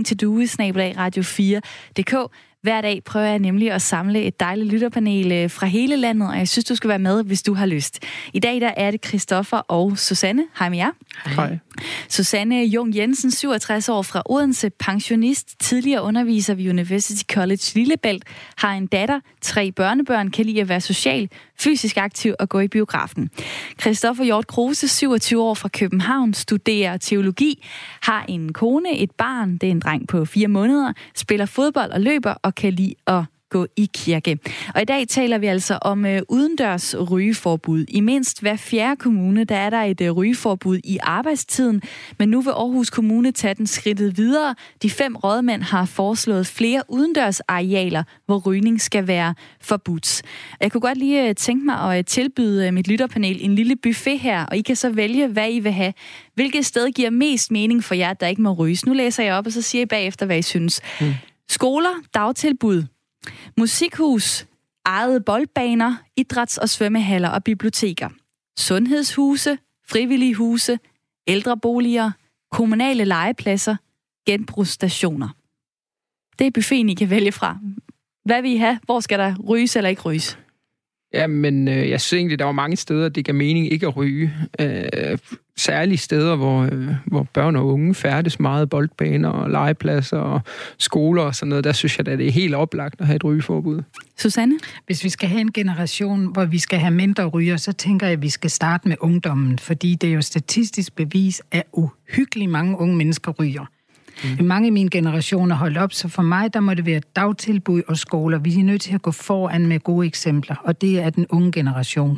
ringtildue@radio4.dk. Hver dag prøver jeg nemlig at samle et dejligt lytterpanel fra hele landet, og jeg synes, du skal være med, hvis du har lyst. I dag der er det Christoffer og Susanne. Hej med jer. Hej. Susanne Jung Jensen, 67 år fra Odense, pensionist, tidligere underviser ved University College Lillebælt, har en datter, 3 børnebørn, kan lide at være social, fysisk aktiv og gå i biografen. Christoffer Hjort Kruse, 27 år fra København, studerer teologi, har en kone, et barn, det er en dreng på 4 måneder, spiller fodbold og løber og kan lide at gå i kirke. Og i dag taler vi altså om udendørs rygeforbud. I mindst hver 4. kommune, der er der et rygeforbud i arbejdstiden, men nu vil Aarhus Kommune tage den skridtet videre. De 5 rådmænd har foreslået flere udendørs arealer, hvor rygning skal være forbudt. Jeg kunne godt lige tænke mig at tilbyde mit lytterpanel en lille buffet her, og I kan så vælge, hvad I vil have. Hvilket sted giver mest mening for jer, der ikke må ryges? Nu læser jeg op, og så siger I bagefter, hvad I synes. Skoler, dagtilbud, musikhus, ejede boldbaner, idræts- og svømmehaller og biblioteker, sundhedshuse, frivillige huse, ældreboliger, kommunale legepladser, genbrugsstationer. Det er buffeten, I kan vælge fra. Hvad vil I have? Hvor skal der ryges eller ikke ryges? Ja, men jeg synes egentlig, der var mange steder, det gav mening ikke at ryge. Særlige steder, hvor børn og unge færdes meget, boldbaner og legepladser og skoler og sådan noget, der synes jeg, at det er helt oplagt at have et rygeforbud. Susanne? Hvis vi skal have en generation, hvor vi skal have mindre ryger, så tænker jeg, at vi skal starte med ungdommen, fordi det er jo statistisk bevis, at uhyggeligt mange unge mennesker ryger. Mange i min generation er holdt op, så for mig, der må det være dagtilbud og skoler. Vi er nødt til at gå foran med gode eksempler, og det er den unge generation.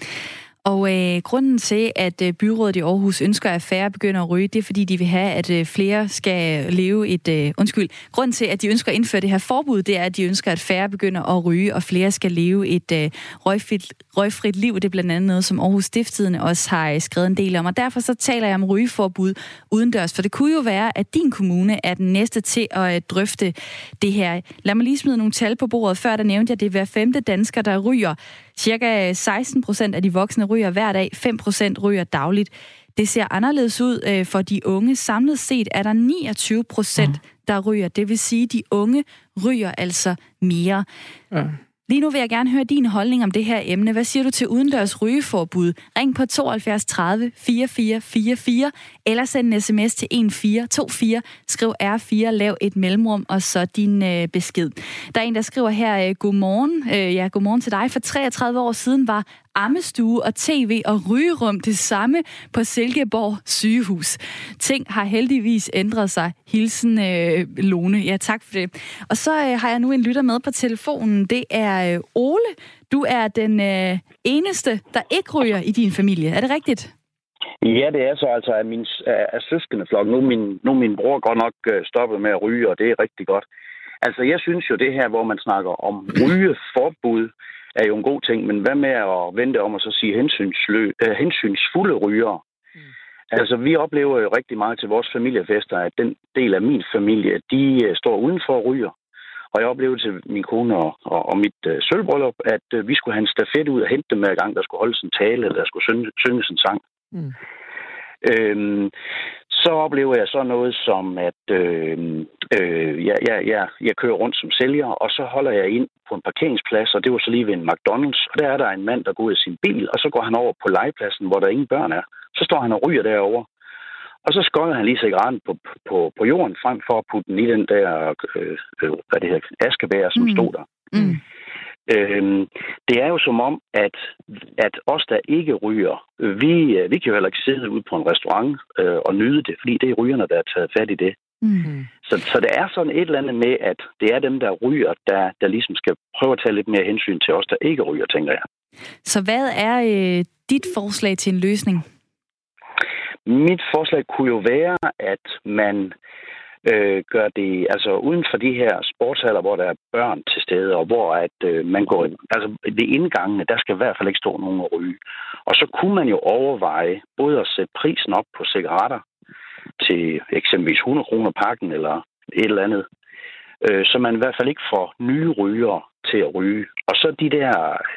Og grunden til, at byrådet i Aarhus ønsker, at færre begynder at ryge, det er, fordi de vil have, at flere skal leve et... Grunden til, at de ønsker at indføre det her forbud, det er, at de ønsker, at færre begynder at ryge, og flere skal leve et røgfrit liv. Det er blandt andet noget, som Aarhus Stiftstidende også har skrevet en del om. Og derfor så taler jeg om rygeforbud udendørs, for det kunne jo være, at din kommune er den næste til at drøfte det her. Lad mig lige smide nogle tal på bordet. Før der nævnte jeg, at det er hver 5. dansker, der ryger. Cirka 16% af de voksne ryger hver dag, 5% ryger dagligt. Det ser anderledes ud for de unge. Samlet set er der 29%, der ryger. Det vil sige, at de unge ryger altså mere. Ja. Lige nu vil jeg gerne høre din holdning om det her emne. Hvad siger du til udendørs rygeforbud? Ring på 72 30 44 44, eller send en sms til 1424. Skriv R4, lav et mellemrum, og så din besked. Der er en, der skriver her, godmorgen. Godmorgen til dig. For 33 år siden var ammestue og tv og rygerum det samme på Silkeborg sygehus. Ting har heldigvis ændret sig. Hilsen Lone. Ja, tak for det. Og så har jeg nu en lytter med på telefonen. Det er Ole. Du er den eneste, der ikke ryger i din familie. Er det rigtigt? Ja, det er så altså af søskendeflok. Nu er min bror godt nok stoppet med at ryge, og det er rigtig godt. Altså, jeg synes jo det her, hvor man snakker om rygeforbud, er jo en god ting, men hvad med at vente om at så sige hensynsfulde rygere? Altså, vi oplever jo rigtig meget til vores familiefester, at den del af min familie, de står udenfor og ryger. Og jeg oplevede til min kone og mit sølvbryllup, at vi skulle have en stafet ud og hente dem hver gang, der skulle holdes en tale, eller der skulle synges en sang. Så oplever jeg så noget som, at jeg kører rundt som sælger, og så holder jeg ind på en parkeringsplads, og det var så lige ved en McDonald's, og der er der en mand, der går ud af sin bil, og så går han over på legepladsen, hvor der ingen børn er. Så står han og ryger derovre. Og så skolder han lige cigaretten på jorden, frem for at putte den i den der askebær, som stod der. Det er jo som om, at os, der ikke ryger, vi kan jo heller ikke sidde ude på en restaurant og nyde det, fordi det er rygerne, der er taget fat i det. Så det er sådan et eller andet med, at det er dem, der ryger, der ligesom skal prøve at tage lidt mere hensyn til os, der ikke ryger, tænker jeg. Så hvad er dit forslag til en løsning? Mit forslag kunne jo være, at man gør det, altså uden for de her sportshaller, hvor der er børn til stede, og hvor at man går ind, altså ved indgangene, der skal i hvert fald ikke stå nogen at ryge. Og så kunne man jo overveje både at sætte prisen op på cigaretter til eksempelvis 100 kroner pakken eller et eller andet, så man i hvert fald ikke får nye rygere til at ryge. Og så de der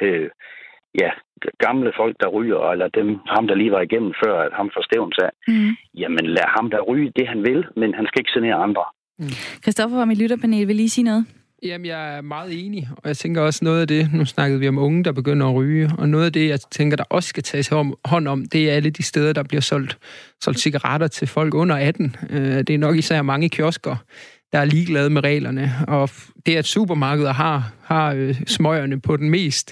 gamle folk, der ryger, eller ham, der lige var igennem før, at ham får stævns af, jamen lad ham der ryge det, han vil, men han skal ikke genere andre. Christoffer fra mit lytterpanel vil lige sige noget. Jamen, jeg er meget enig, og jeg tænker også noget af det, nu snakkede vi om unge, der begynder at ryge, og noget af det, jeg tænker, der også skal tages hånd om, det er alle de steder, der bliver solgt cigaretter til folk under 18. Det er nok især mange kiosker, der er ligeglade med reglerne, og det, at supermarkeder har smøgerne på den mest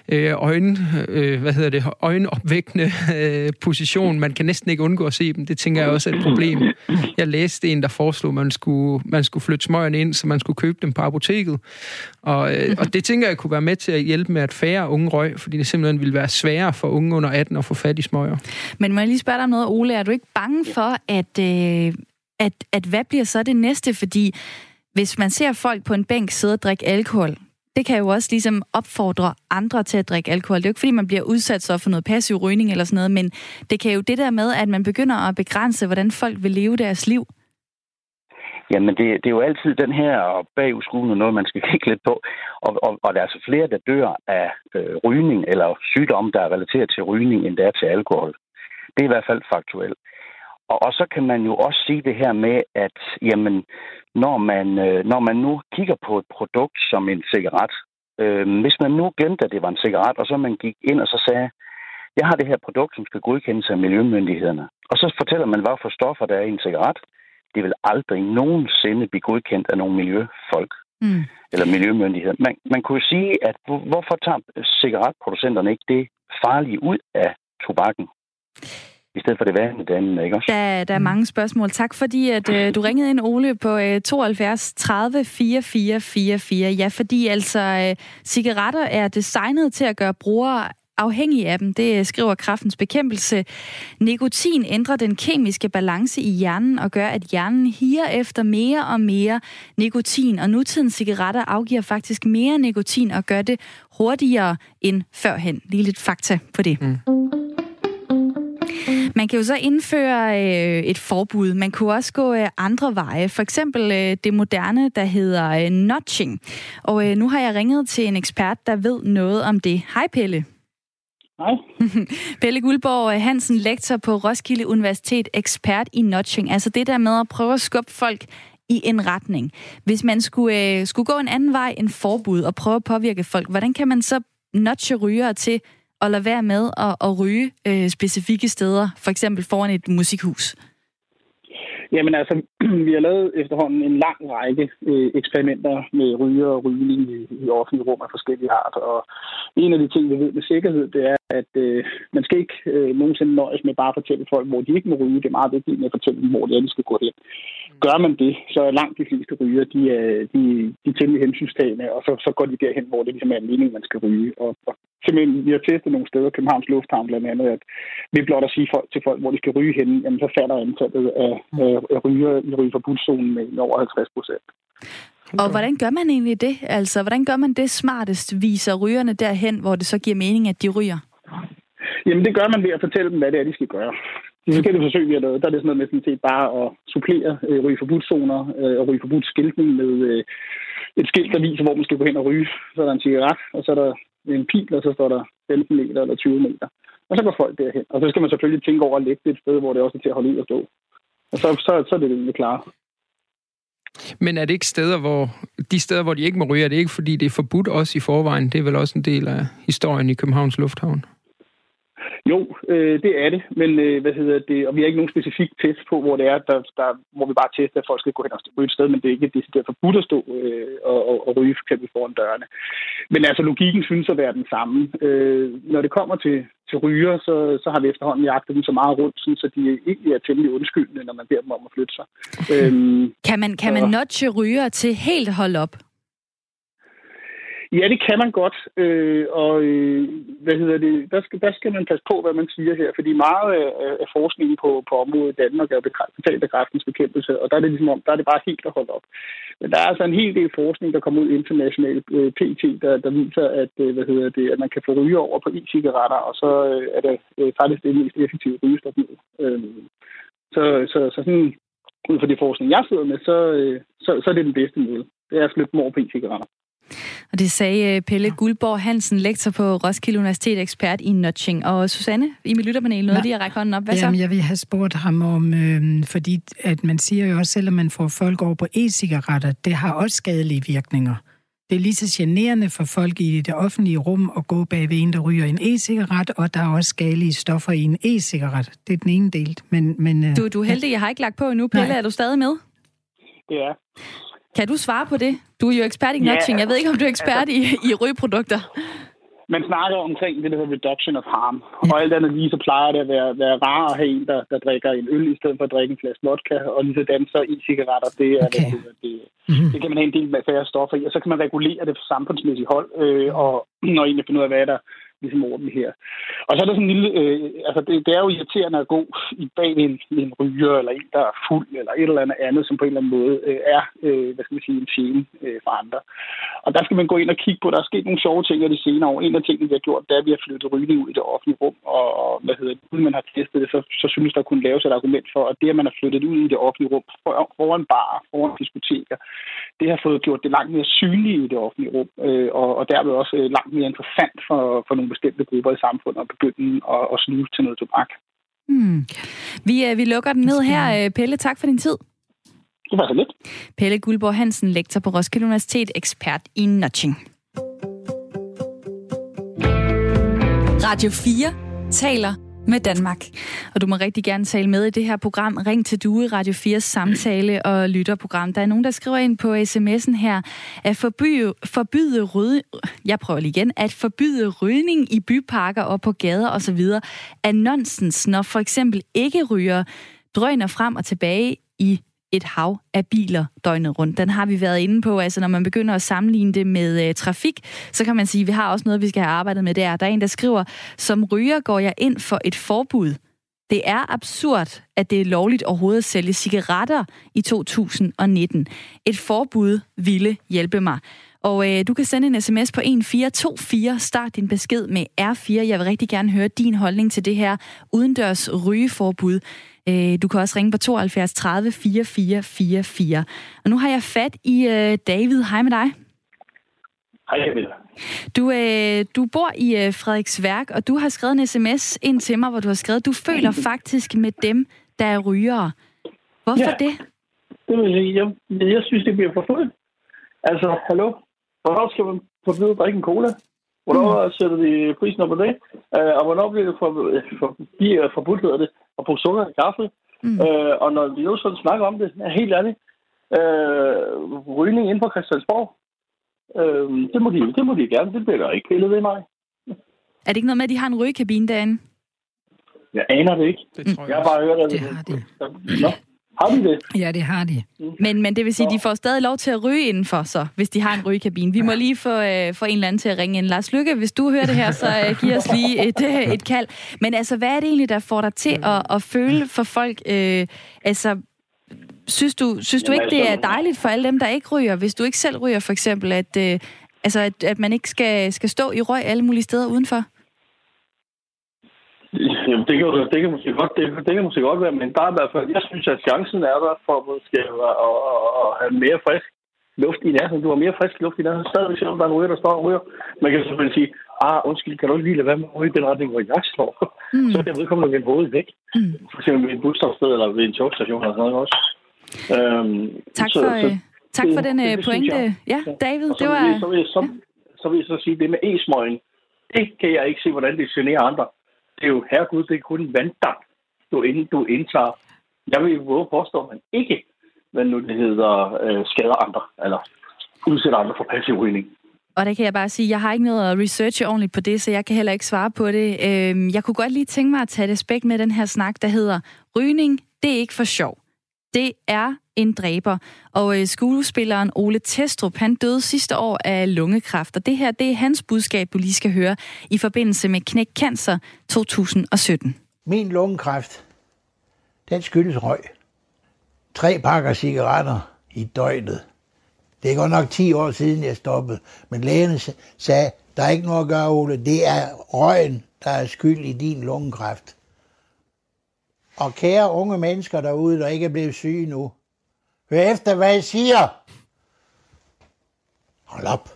øjenopvækkende position. Man kan næsten ikke undgå at se dem. Det tænker jeg også er et problem. Jeg læste en, der foreslog, at man skulle flytte smøgerne ind, så man skulle købe dem på apoteket. Og det tænker jeg kunne være med til at hjælpe med, at færre unge røg, fordi det simpelthen ville være sværere for unge under 18 at få fat i smøger. Men må jeg lige spørge dig om noget, Ole? Er du ikke bange for, at hvad bliver så det næste? Fordi hvis man ser folk på en bænk sidde og drikke alkohol, det kan jo også ligesom opfordre andre til at drikke alkohol. Det er jo ikke, fordi man bliver udsat så for noget passiv rygning eller sådan noget, men det kan jo det der med, at man begynder at begrænse, hvordan folk vil leve deres liv. Jamen, det er jo altid den her bagudskuende noget, man skal kigge lidt på. Og der er altså flere, der dør af rygning eller sygdomme, der er relateret til rygning, end der er til alkohol. Det er i hvert fald faktuelt. Og så kan man jo også sige det her med, at jamen, når man nu kigger på et produkt som en cigaret, hvis man nu glemte, at det var en cigaret, og så man gik ind og så sagde, jeg har det her produkt, som skal godkendes af miljømyndighederne. Og så fortæller man, hvad for stoffer der er i en cigaret. Det vil aldrig nogensinde blive godkendt af nogle miljøfolk eller miljømyndigheder. Man kunne jo sige, at hvorfor tager cigaretproducenterne ikke det farlige ud af tobakken? I stedet for det vanlige, ikke også? Der er mange spørgsmål. Tak fordi, at du ringede ind, Ole, på 72 30 44 44. Ja, fordi altså cigaretter er designet til at gøre brugere afhængige af dem. Det skriver Kræftens Bekæmpelse. Nikotin ændrer den kemiske balance i hjernen og gør, at hjernen higer efter mere og mere nikotin. Og nutidens cigaretter afgiver faktisk mere nikotin og gør det hurtigere end førhen. Lige lidt fakta på det. Man kan jo så indføre et forbud. Man kunne også gå andre veje. For eksempel det moderne, der hedder nudging. Og nu har jeg ringet til en ekspert, der ved noget om det. Hej Pelle. Hej. Pelle Guldborg Hansen, lektor på Roskilde Universitet, ekspert i nudging. Altså det der med at prøve at skubbe folk i en retning. Hvis man skulle gå en anden vej end forbud og prøve at påvirke folk, hvordan kan man så nudge rygere til at lade være med at ryge specifikke steder, for eksempel foran et musikhus? Jamen altså, vi har lavet efterhånden en lang række eksperimenter med ryger og rygning i offentlige rum af forskellige art. Og en af de ting, vi ved med sikkerhed, det er, at man skal ikke nogensinde nøjes med bare at fortælle folk, hvor de ikke må ryge. Det er meget vigtigt at fortælle dem, hvor de skal gå hen. Gør man det, så er langt de fleste ryger, de er temmelig hensynstagende, og så går de derhen, hvor det ligesom er meningen, man skal ryge. Og simpelthen, vi har testet nogle steder, Københavns Lufthavn blandt andet, at vi blot at sige til folk, hvor de skal ryge henne, jamen så falder antallet af ryger i rygeforbudszonen med over 50%. Og hvordan gør man egentlig det? Altså, hvordan gør man det smartest? Viser rygerne derhen, hvor det så giver mening, at de ryger? Jamen, det gør man ved at fortælle dem, hvad det er, de skal gøre. De forskellige forsøg, vi har lavet, der er det sådan noget med sådan set bare at supplere rygeforbudszoner og rygeforbudsskiltning med et skilt, der viser, hvor man skal gå hen og ryge. Så er der en cigaret, og så er der en pil, og så står der 15 meter eller 20 meter. Og så går folk derhen. Og så skal man selvfølgelig tænke over at lægge det et sted, hvor det også er til at holde ud og stå. Og så er det egentlig klart. Men er det ikke de steder, hvor de ikke må ryge, er det ikke, fordi det er forbudt også i forvejen? Det er vel også en del af historien i Københavns Lufthavn? Jo, det er det, men og vi har ikke nogen specifik test på, hvor det er, hvor vi bare tester, at folk skal gå hen og ryge et sted, men det er ikke decideret forbudt at stå og ryge for eksempel foran dørene. Men altså, logikken synes at være den samme. Når det kommer til ryger, så har vi efterhånden jagtet dem så meget rundt, så de ikke er temmelig undskyldende, når man beder dem om at flytte sig. Kan man nudge ryger til helt at holde op? Ja, det kan man godt, der skal man passe på, hvad man siger her, fordi meget af forskningen på området i Danmark er betalt af kræftens bekæmpelse, og der er det ligesom der er det bare helt at holde op. Men der er altså en hel del forskning, der kommer ud internationalt PT, der viser, at man kan få ryger over på e-cigaretter, og så er det faktisk det mest effektive rygestopmiddel. Så sådan, ud fra det forskning, jeg sidder med, så er det den bedste måde. Det er at flytte dem over på e-cigaretter. Og det sagde Pelle Guldborg Hansen, lektor på Roskilde Universitet, ekspert i nudging. Og Susanne, i mit lytterpanel, noget lige at række hånden op. Hvad så? Jamen, jeg vil have spurgt ham om, fordi at man siger jo også, selvom man får folk over på e-cigaretter, det har også skadelige virkninger. Det er lige så generende for folk i det offentlige rum at gå bag ved en, der ryger en e-cigaret, og der er også skadelige stoffer i en e-cigaret. Det er den ene del. Men du er heldig, jeg har ikke lagt på endnu. Pelle, er du stadig med? Det er. Kan du svare på det? Du er jo ekspert i nudging. Jeg ved ikke, om du er ekspert i rygeprodukter. Man snakker omkring det, der hedder reduction of harm. Og alt andet lige, så plejer det at være rarere at have en, der drikker en øl, i stedet for at drikke en flaske vodka, og lige så danser i cigaretter. Det kan man have en del med færre stoffer i, og så kan man regulere det for samfundsmæssigt hold, og når egentlig finde ud af, hvad der ligesom ordentligt her. Og så er der sådan en lille... det er jo irriterende at gå bag en ryger, eller en, der er fuld, eller et eller andet, som på en eller anden måde er, en tjene for andre. Og der skal man gå ind og kigge på, der er sket nogle sjove ting i de senere år. En af tingene, vi har gjort, det er, at vi har flyttet rygning ud i det offentlige rum, og uden man har testet det, så synes der kunne laves et argument for, at det, at man har flyttet ud i det offentlige rum, foran barer, foran diskoteker, det har fået gjort det langt mere synligt i det offentlige rum, og derved også langt mere interessant for nogle bestemte grupper i samfundet at begynde at snuse til noget tobak. Vi lukker den ned her. Pelle, tak for din tid. Det var så lidt. Pelle Guldborg Hansen, lektor på Roskilde Universitet, ekspert i nudging. Radio 4 taler med Danmark. Og du må rigtig gerne tale med i det her program. Ring til Due, Radio 4's samtale- og lytterprogram. Der er nogen, der skriver ind på sms'en her, at forbyde rygning i byparker og på gader osv. er nonsens, når for eksempel ikke ryger drøner frem og tilbage i et hav af biler døgnet rundt. Den har vi været inde på. Altså, når man begynder at sammenligne det med trafik, så kan man sige, at vi har også noget, vi skal have arbejdet med der. Der er en, der skriver, som ryger går jeg ind for et forbud. Det er absurd, at det er lovligt overhovedet at sælge cigaretter i 2019. Et forbud ville hjælpe mig. Og du kan sende en sms på 1424, start din besked med R4. Jeg vil rigtig gerne høre din holdning til det her udendørs rygeforbud. Du kan også ringe på 72 30 44 44. Og nu har jeg fat i David. Hej med dig. Hej, David. Du bor i Frederiksværk, og du har skrevet en sms ind til mig, hvor du har skrevet, du føler faktisk med dem, der er rygere. Hvorfor det? Det vil sige, jeg synes, det bliver forbudt. Altså, hallo? Hvornår skal man forbyde at drikke en cola? Hvornår sætter de prisen op på det? Og hvornår bliver det forbudt, hedder det, at bruge sukker i kaffe? Og når vi jo sådan snakker om det, er helt ærligt, rygning inde på Christiansborg, det må de gerne. Det bliver der ikke pillet ved mig. Er det ikke noget med, at de har en rygekabine derinde? Jeg aner det ikke. Jeg har bare hørt, at det har de. Nå. Har de det? Ja, det har de. Men det vil sige, at de får stadig lov til at ryge indenfor, så, hvis de har en rygekabine. Vi må lige få en eller anden til at ringe ind. Lars Lykke, hvis du hører det her, så giv os lige et kald. Men altså, hvad er det egentlig, der får dig til at føle for folk? Synes du ikke, det er dejligt for alle dem, der ikke ryger? Hvis du ikke selv ryger, for eksempel, at man ikke skal stå i røg alle mulige steder udenfor? Jamen, det kan måske godt være, men der er i hvert fald, jeg synes, at chancen er der for måske at have mere frisk luft i nærheden. Du har mere frisk luft i nærheden. Stadigvæk, selvom der er en ryger, der står og ryger. Man kan selvfølgelig sige, undskyld, kan du ikke lige lade være med at ryge i den retning, hvor jeg står? Så kan jeg vedkommende at vende hovedet væk. For eksempel ved en busstopsted eller ved en togstation eller sådan noget også. Tak for den pointe. Ja, David, det var... Så vil jeg så sige, det med e-smøgen, det kan jeg ikke se, hvordan det generer andre. det er jo herregud, det er kun vanddamp, du indtager. Jeg vil jo våge påstå, at man ikke, skader andre, eller udsætter andre for passiv rygning. Og der kan jeg bare sige, at jeg har ikke noget at researche ordentligt på det, så jeg kan heller ikke svare på det. Jeg kunne godt lige tænke mig at tage et aspekt med den her snak, der hedder, rygning, det er ikke for sjov. Det er en dræber. Og skuespilleren Ole Testrup, han døde sidste år af lungekræft. Og det her, det er hans budskab, du lige skal høre, i forbindelse med Knæk Cancer 2017. Min lungekræft, den skyldes røg. 3 pakker cigaretter i døgnet. Det er godt nok 10 år siden, jeg stoppede. Men lægerne sagde, der er ikke noget at gøre, Ole. Det er røgen, der er skyld i din lungekræft. Og kære unge mennesker derude, der ikke er blevet syge nu. Hør efter, hvad jeg siger. Hold op.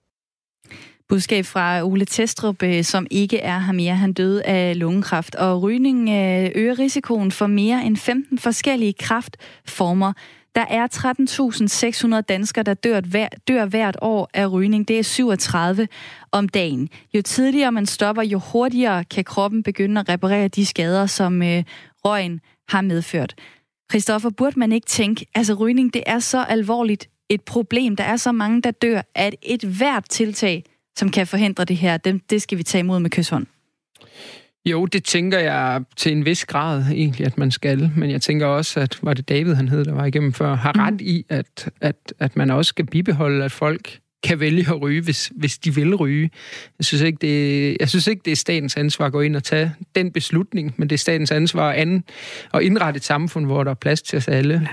Budskab fra Ole Testrup, som ikke er her mere. Han døde af lungekræft, og rygning øger risikoen for mere end 15 forskellige kræftformer. Der er 13.600 danskere, der dør hvert år af rygning. Det er 37 om dagen. Jo tidligere man stopper, jo hurtigere kan kroppen begynde at reparere de skader, som røgen har medført. Christoffer, burde man ikke tænke, altså rygning, det er så alvorligt et problem, der er så mange, der dør, at et hvert tiltag, som kan forhindre det her, det skal vi tage imod med kyshånd? Jo, det tænker jeg til en vis grad egentlig, at man skal. Men jeg tænker også, at var det David, han hed, der var igennem før, har ret i, at man også skal bibeholde, at folk kan vælge at ryge, hvis de vil ryge. Jeg synes ikke, det er statens ansvar at gå ind og tage den beslutning, men det er statens ansvar at indrette et samfund, hvor der er plads til os alle.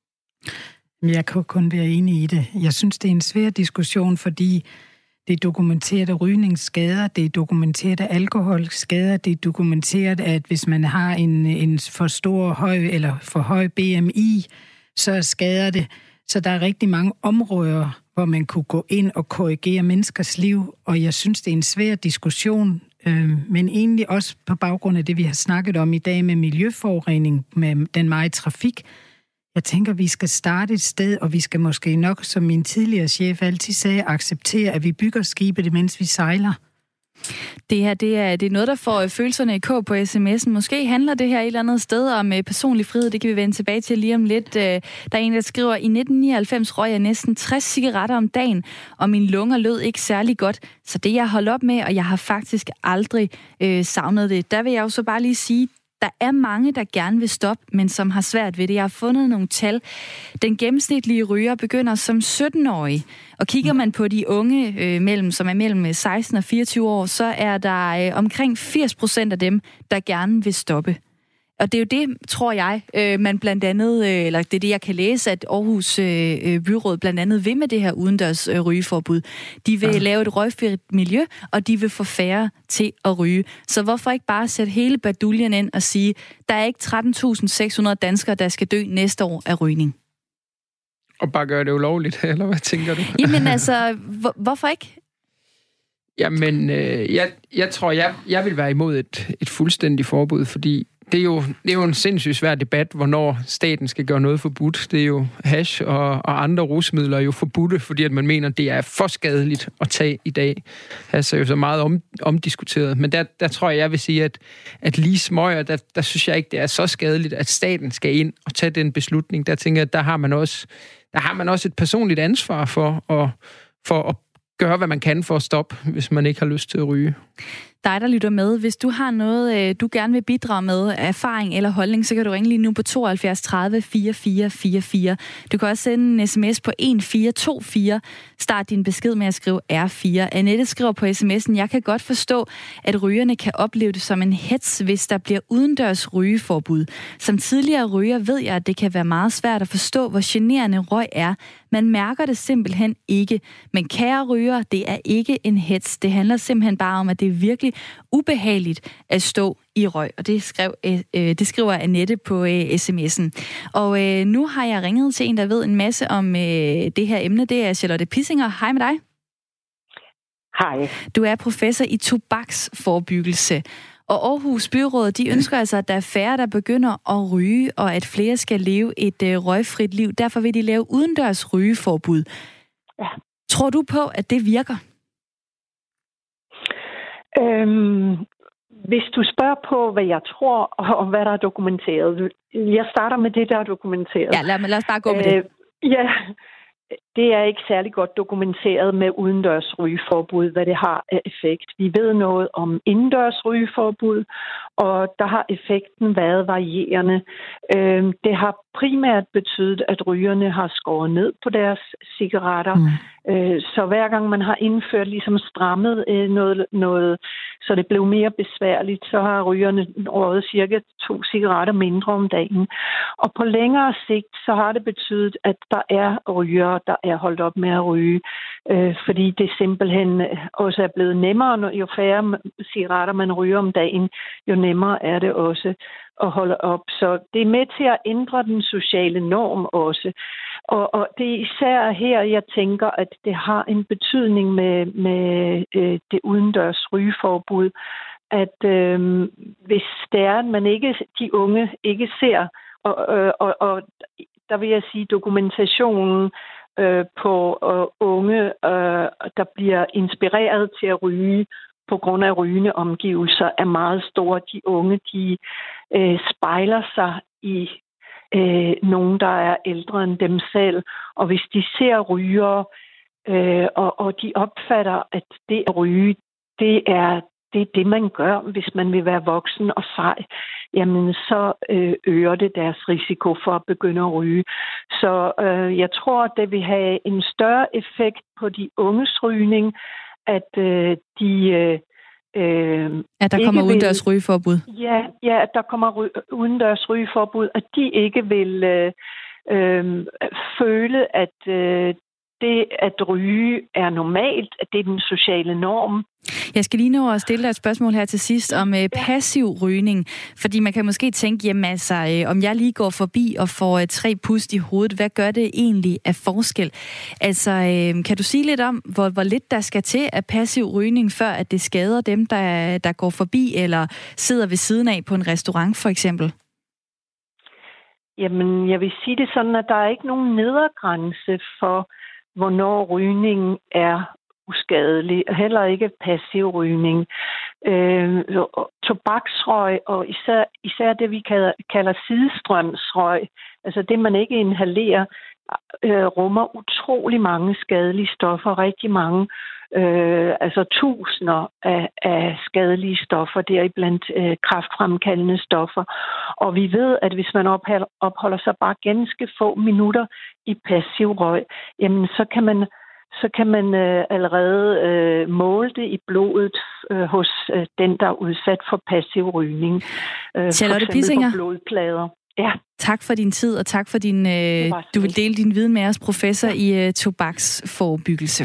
Jeg kan kun være enig i det. Jeg synes, det er en svær diskussion, fordi det er dokumenteret, at rygning skader, det er dokumenteret, at alkohol skader, det er dokumenteret, at hvis man har en for høj BMI, så skader det. Så der er rigtig mange områder, hvor man kunne gå ind og korrigere menneskers liv, og jeg synes, det er en svær diskussion, men egentlig også på baggrund af det, vi har snakket om i dag med miljøforurening, med den meget trafik. Jeg tænker, vi skal starte et sted, og vi skal måske nok, som min tidligere chef altid sagde, acceptere, at vi bygger skibet, mens vi sejler. Det her, det er noget, der får følelserne i kog på sms'en. Måske handler det her et eller andet sted om personlig frihed. Det kan vi vende tilbage til lige om lidt. Der er en, der skriver, i 1999 røg jeg næsten 60 cigaretter om dagen, og mine lunger lød ikke særlig godt. Så det jeg holdt op med, og jeg har faktisk aldrig savnet det. Der vil jeg jo så bare lige sige, der er mange, der gerne vil stoppe, men som har svært ved det. Jeg har fundet nogle tal. Den gennemsnitlige ryger begynder som 17-årig. Og kigger man på de unge, som er mellem 16 og 24 år, så er der omkring 80% af dem, der gerne vil stoppe. Og det er jo det, tror jeg, man blandt andet, eller det er det, jeg kan læse, at Aarhus Byråd blandt andet vil med det her udendørs rygeforbud. De vil lave et røgfrit miljø, og de vil få færre til at ryge. Så hvorfor ikke bare sætte hele baduljen ind og sige, der er ikke 13.600 danskere, der skal dø næste år af rygning? Og bare gøre det ulovligt, eller hvad tænker du? Jamen altså, hvorfor ikke? Jamen, jeg tror, jeg vil være imod et fuldstændigt forbud, fordi det er jo en sindssygt svær debat, hvornår staten skal gøre noget forbudt. Det er jo hash og andre rusmidler er jo forbudte, fordi at man mener, det er for skadeligt at tage i dag. Hash er jo så meget omdiskuteret. Men der tror jeg vil sige, at lige smøger, der synes jeg ikke, det er så skadeligt, at staten skal ind og tage den beslutning. Der tænker jeg, der har man også et personligt ansvar for at gøre, hvad man kan for at stoppe, hvis man ikke har lyst til at ryge. Dig, der lytter med, hvis du har noget, du gerne vil bidrage med, erfaring eller holdning, så kan du ringe lige nu på 72 30 44 44. Du kan også sende en sms på 1424. Start din besked med at skrive R4. Annette skriver på sms'en, jeg kan godt forstå, at rygerne kan opleve det som en hets, hvis der bliver udendørs rygeforbud. Som tidligere ryger ved jeg, at det kan være meget svært at forstå, hvor generende røg er. Man mærker det simpelthen ikke. Men kære ryger, det er ikke en hets. Det handler simpelthen bare om, at det er virkelig ubehageligt at stå i røg. Og det skriver Annette på sms'en. Og nu har jeg ringet til en, der ved en masse om det her emne. Det er Charlotte Pissinger. Hej med dig. Hej. Du er professor i tobaksforebyggelse. Og Aarhus Byråd, de ønsker altså, at der er færre, der begynder at ryge, og at flere skal leve et røgfrit liv. Derfor vil de lave udendørs rygeforbud. Ja. Tror du på, at det virker? Hvis du spørger på, hvad jeg tror, og hvad der er dokumenteret. Jeg starter med det, der er dokumenteret. Ja, lad os bare gå med det. Ja, det er ikke særlig godt dokumenteret med udendørs rygeforbud, hvad det har af effekt. Vi ved noget om indendørs rygeforbud, og der har effekten været varierende. Det har primært betydet, at rygerne har skåret ned på deres cigaretter. Så hver gang man har indført, ligesom strammet noget, så det blev mere besværligt, så har rygerne røget cirka 2 cigaretter mindre om dagen. Og på længere sigt, så har det betydet, at der er rygere, der er holdt op med at ryge, fordi det simpelthen også er blevet nemmere. Jo færre cigaretter man ryger om dagen, jo nemmere er det også at holde op. Så det er med til at ændre den sociale norm også. Og det er især her, jeg tænker, at det har en betydning med det udendørs rygeforbud, at hvis det er, at man ikke, de unge ikke ser, og der vil jeg sige, dokumentationen på unge, der bliver inspireret til at ryge på grund af rygende omgivelser, er meget store. De unge, de spejler sig i nogen, der er ældre end dem selv. Og hvis de ser rygere, og de opfatter, at det at ryge, det er det, man gør, hvis man vil være voksen og sej, jamen så øger det deres risiko for at begynde at ryge. Så jeg tror, at det vil have en større effekt på de unges rygning, at at der kommer udendørs rygeforbud. Ja, at der kommer udendørs rygeforbud, at de ikke vil føle, at det at ryge er normalt, at det er den sociale norm. Jeg skal lige nå at stille dig et spørgsmål her til sidst om passiv rygning. Fordi man kan måske tænke, jamen altså, om jeg lige går forbi og får 3 pust i hovedet, hvad gør det egentlig af forskel? Altså, kan du sige lidt om, hvor lidt der skal til af passiv rygning, før at det skader dem, der går forbi eller sidder ved siden af på en restaurant for eksempel? Jamen, jeg vil sige det sådan, at der er ikke nogen nedergrænse for, hvornår rygning er uskadelig, heller ikke passiv rygning. Tobaksrøg og især det, vi kalder sidestrømsrøg, altså det, man ikke inhalerer, rummer utrolig mange skadelige stoffer, rigtig mange, altså tusinder af skadelige stoffer, deriblandt kræftfremkaldende stoffer. Og vi ved, at hvis man opholder sig bare ganske få minutter i passiv røg, jamen så kan man allerede måle det i blodet hos den, der er udsat for passiv rygning. Charlotte Pissinger. På blodplader. Ja. Tak for din tid, og tak for du vil dele din viden med os, professor i tobaksforebyggelse.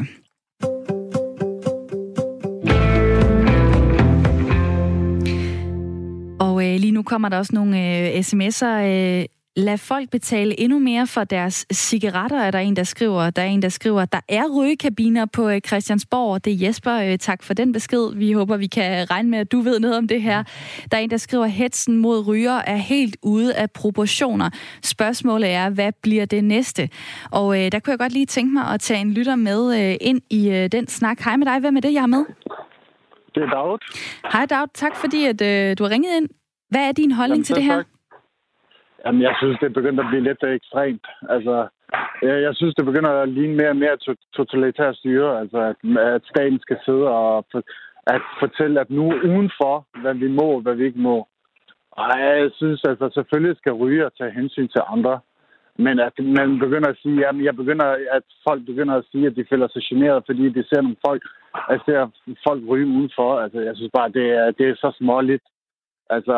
Og lige nu kommer der også nogle sms'er. Lad folk betale endnu mere for deres cigaretter, er der en, der skriver. Der er rygekabiner på Christiansborg. Det er Jesper. Tak for den besked. Vi håber, vi kan regne med, at du ved noget om det her. Der er en, der skriver, hetsen mod ryger er helt ude af proportioner. Spørgsmålet er, hvad bliver det næste? Og der kunne jeg godt lige tænke mig at tage en lytter med ind i den snak. Hej med dig. Hvem er det, jeg har med? Det er Daud. Hej Daud. Tak fordi, at du har ringet ind. Hvad er din holdning til det her? Jamen, jeg synes, det begynder at blive lidt ekstremt. Altså, jeg synes, det begynder at ligne mere og mere totalitært styre. Altså, at staten skal sidde og at fortælle, at nu udenfor, hvad vi må og hvad vi ikke må. Og jeg synes, altså, selvfølgelig skal ryge og tage hensyn til andre. Men at man begynder at sige, at folk begynder at sige, at de føler sig generet, fordi de ser nogle folk ryge udenfor. Altså, jeg synes bare, det er så småligt. Altså,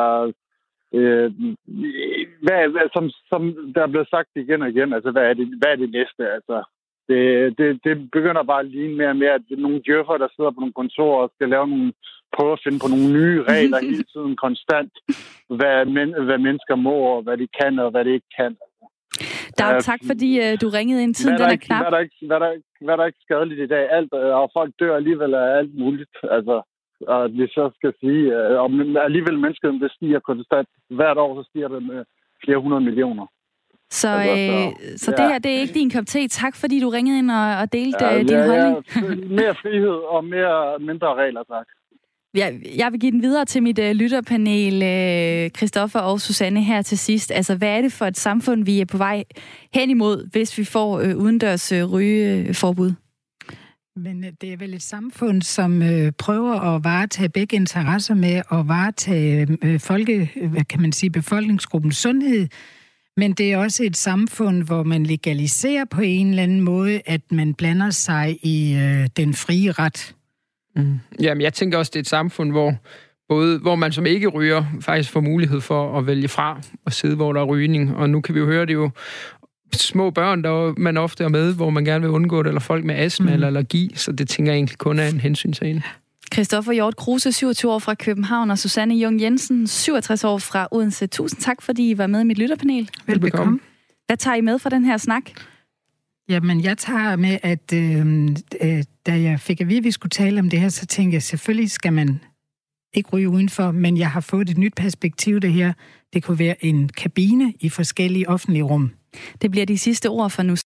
som der er blevet sagt igen og igen, altså hvad er det næste? Altså det begynder bare at ligne mere og mere, at nogle djøffer, der sidder på nogle kontorer og skal prøve at finde på nogle nye regler hele tiden konstant, hvad mennesker må og hvad de kan og hvad de ikke kan. Tak fordi du ringede ind. Tiden den er knap. Hvad der ikke skadeligt i dag? Alt, og folk dør alligevel af alt muligt. Altså, og vi så skal sige, at alligevel menneskeheden, det stiger konstant. Hvert år så stiger det med flere 100 millioner. Så det her, det er ikke din kop te. Tak fordi du ringede ind og delte din holdning. Mere frihed og mindre regler, tak. Jeg vil give den videre til mit lytterpanel, Christoffer og Susanne, her til sidst. Altså, hvad er det for et samfund, vi er på vej hen imod, hvis vi får udendørs rygeforbud? Men det er vel et samfund, som prøver at varetage begge interesser med at varetage befolkningsgruppens sundhed. Men det er også et samfund, hvor man legaliserer på en eller anden måde, at man blander sig i den frie ret. Jamen, jeg tænker også, det er et samfund, hvor man som ikke ryger faktisk får mulighed for at vælge fra og sidde, hvor der er rygning. Og nu kan vi jo høre, det er jo små børn, der man ofte er med, hvor man gerne vil undgå det, eller folk med astma eller allergi, så det tænker jeg egentlig kun er en hensynssag. Christoffer Hjort Kruse, 27 år fra København, og Susanne Jung Jensen, 67 år fra Odense. Tusind tak, fordi I var med i mit lytterpanel. Velbekomme. Hvad tager I med fra den her snak? Jamen, jeg tager med, at da jeg fik at vide, at vi skulle tale om det her, så tænkte jeg, selvfølgelig skal man ikke ryge udenfor, men jeg har fået et nyt perspektiv, det her. Det kunne være en kabine i forskellige offentlige rum. Det bliver de sidste ord for nu.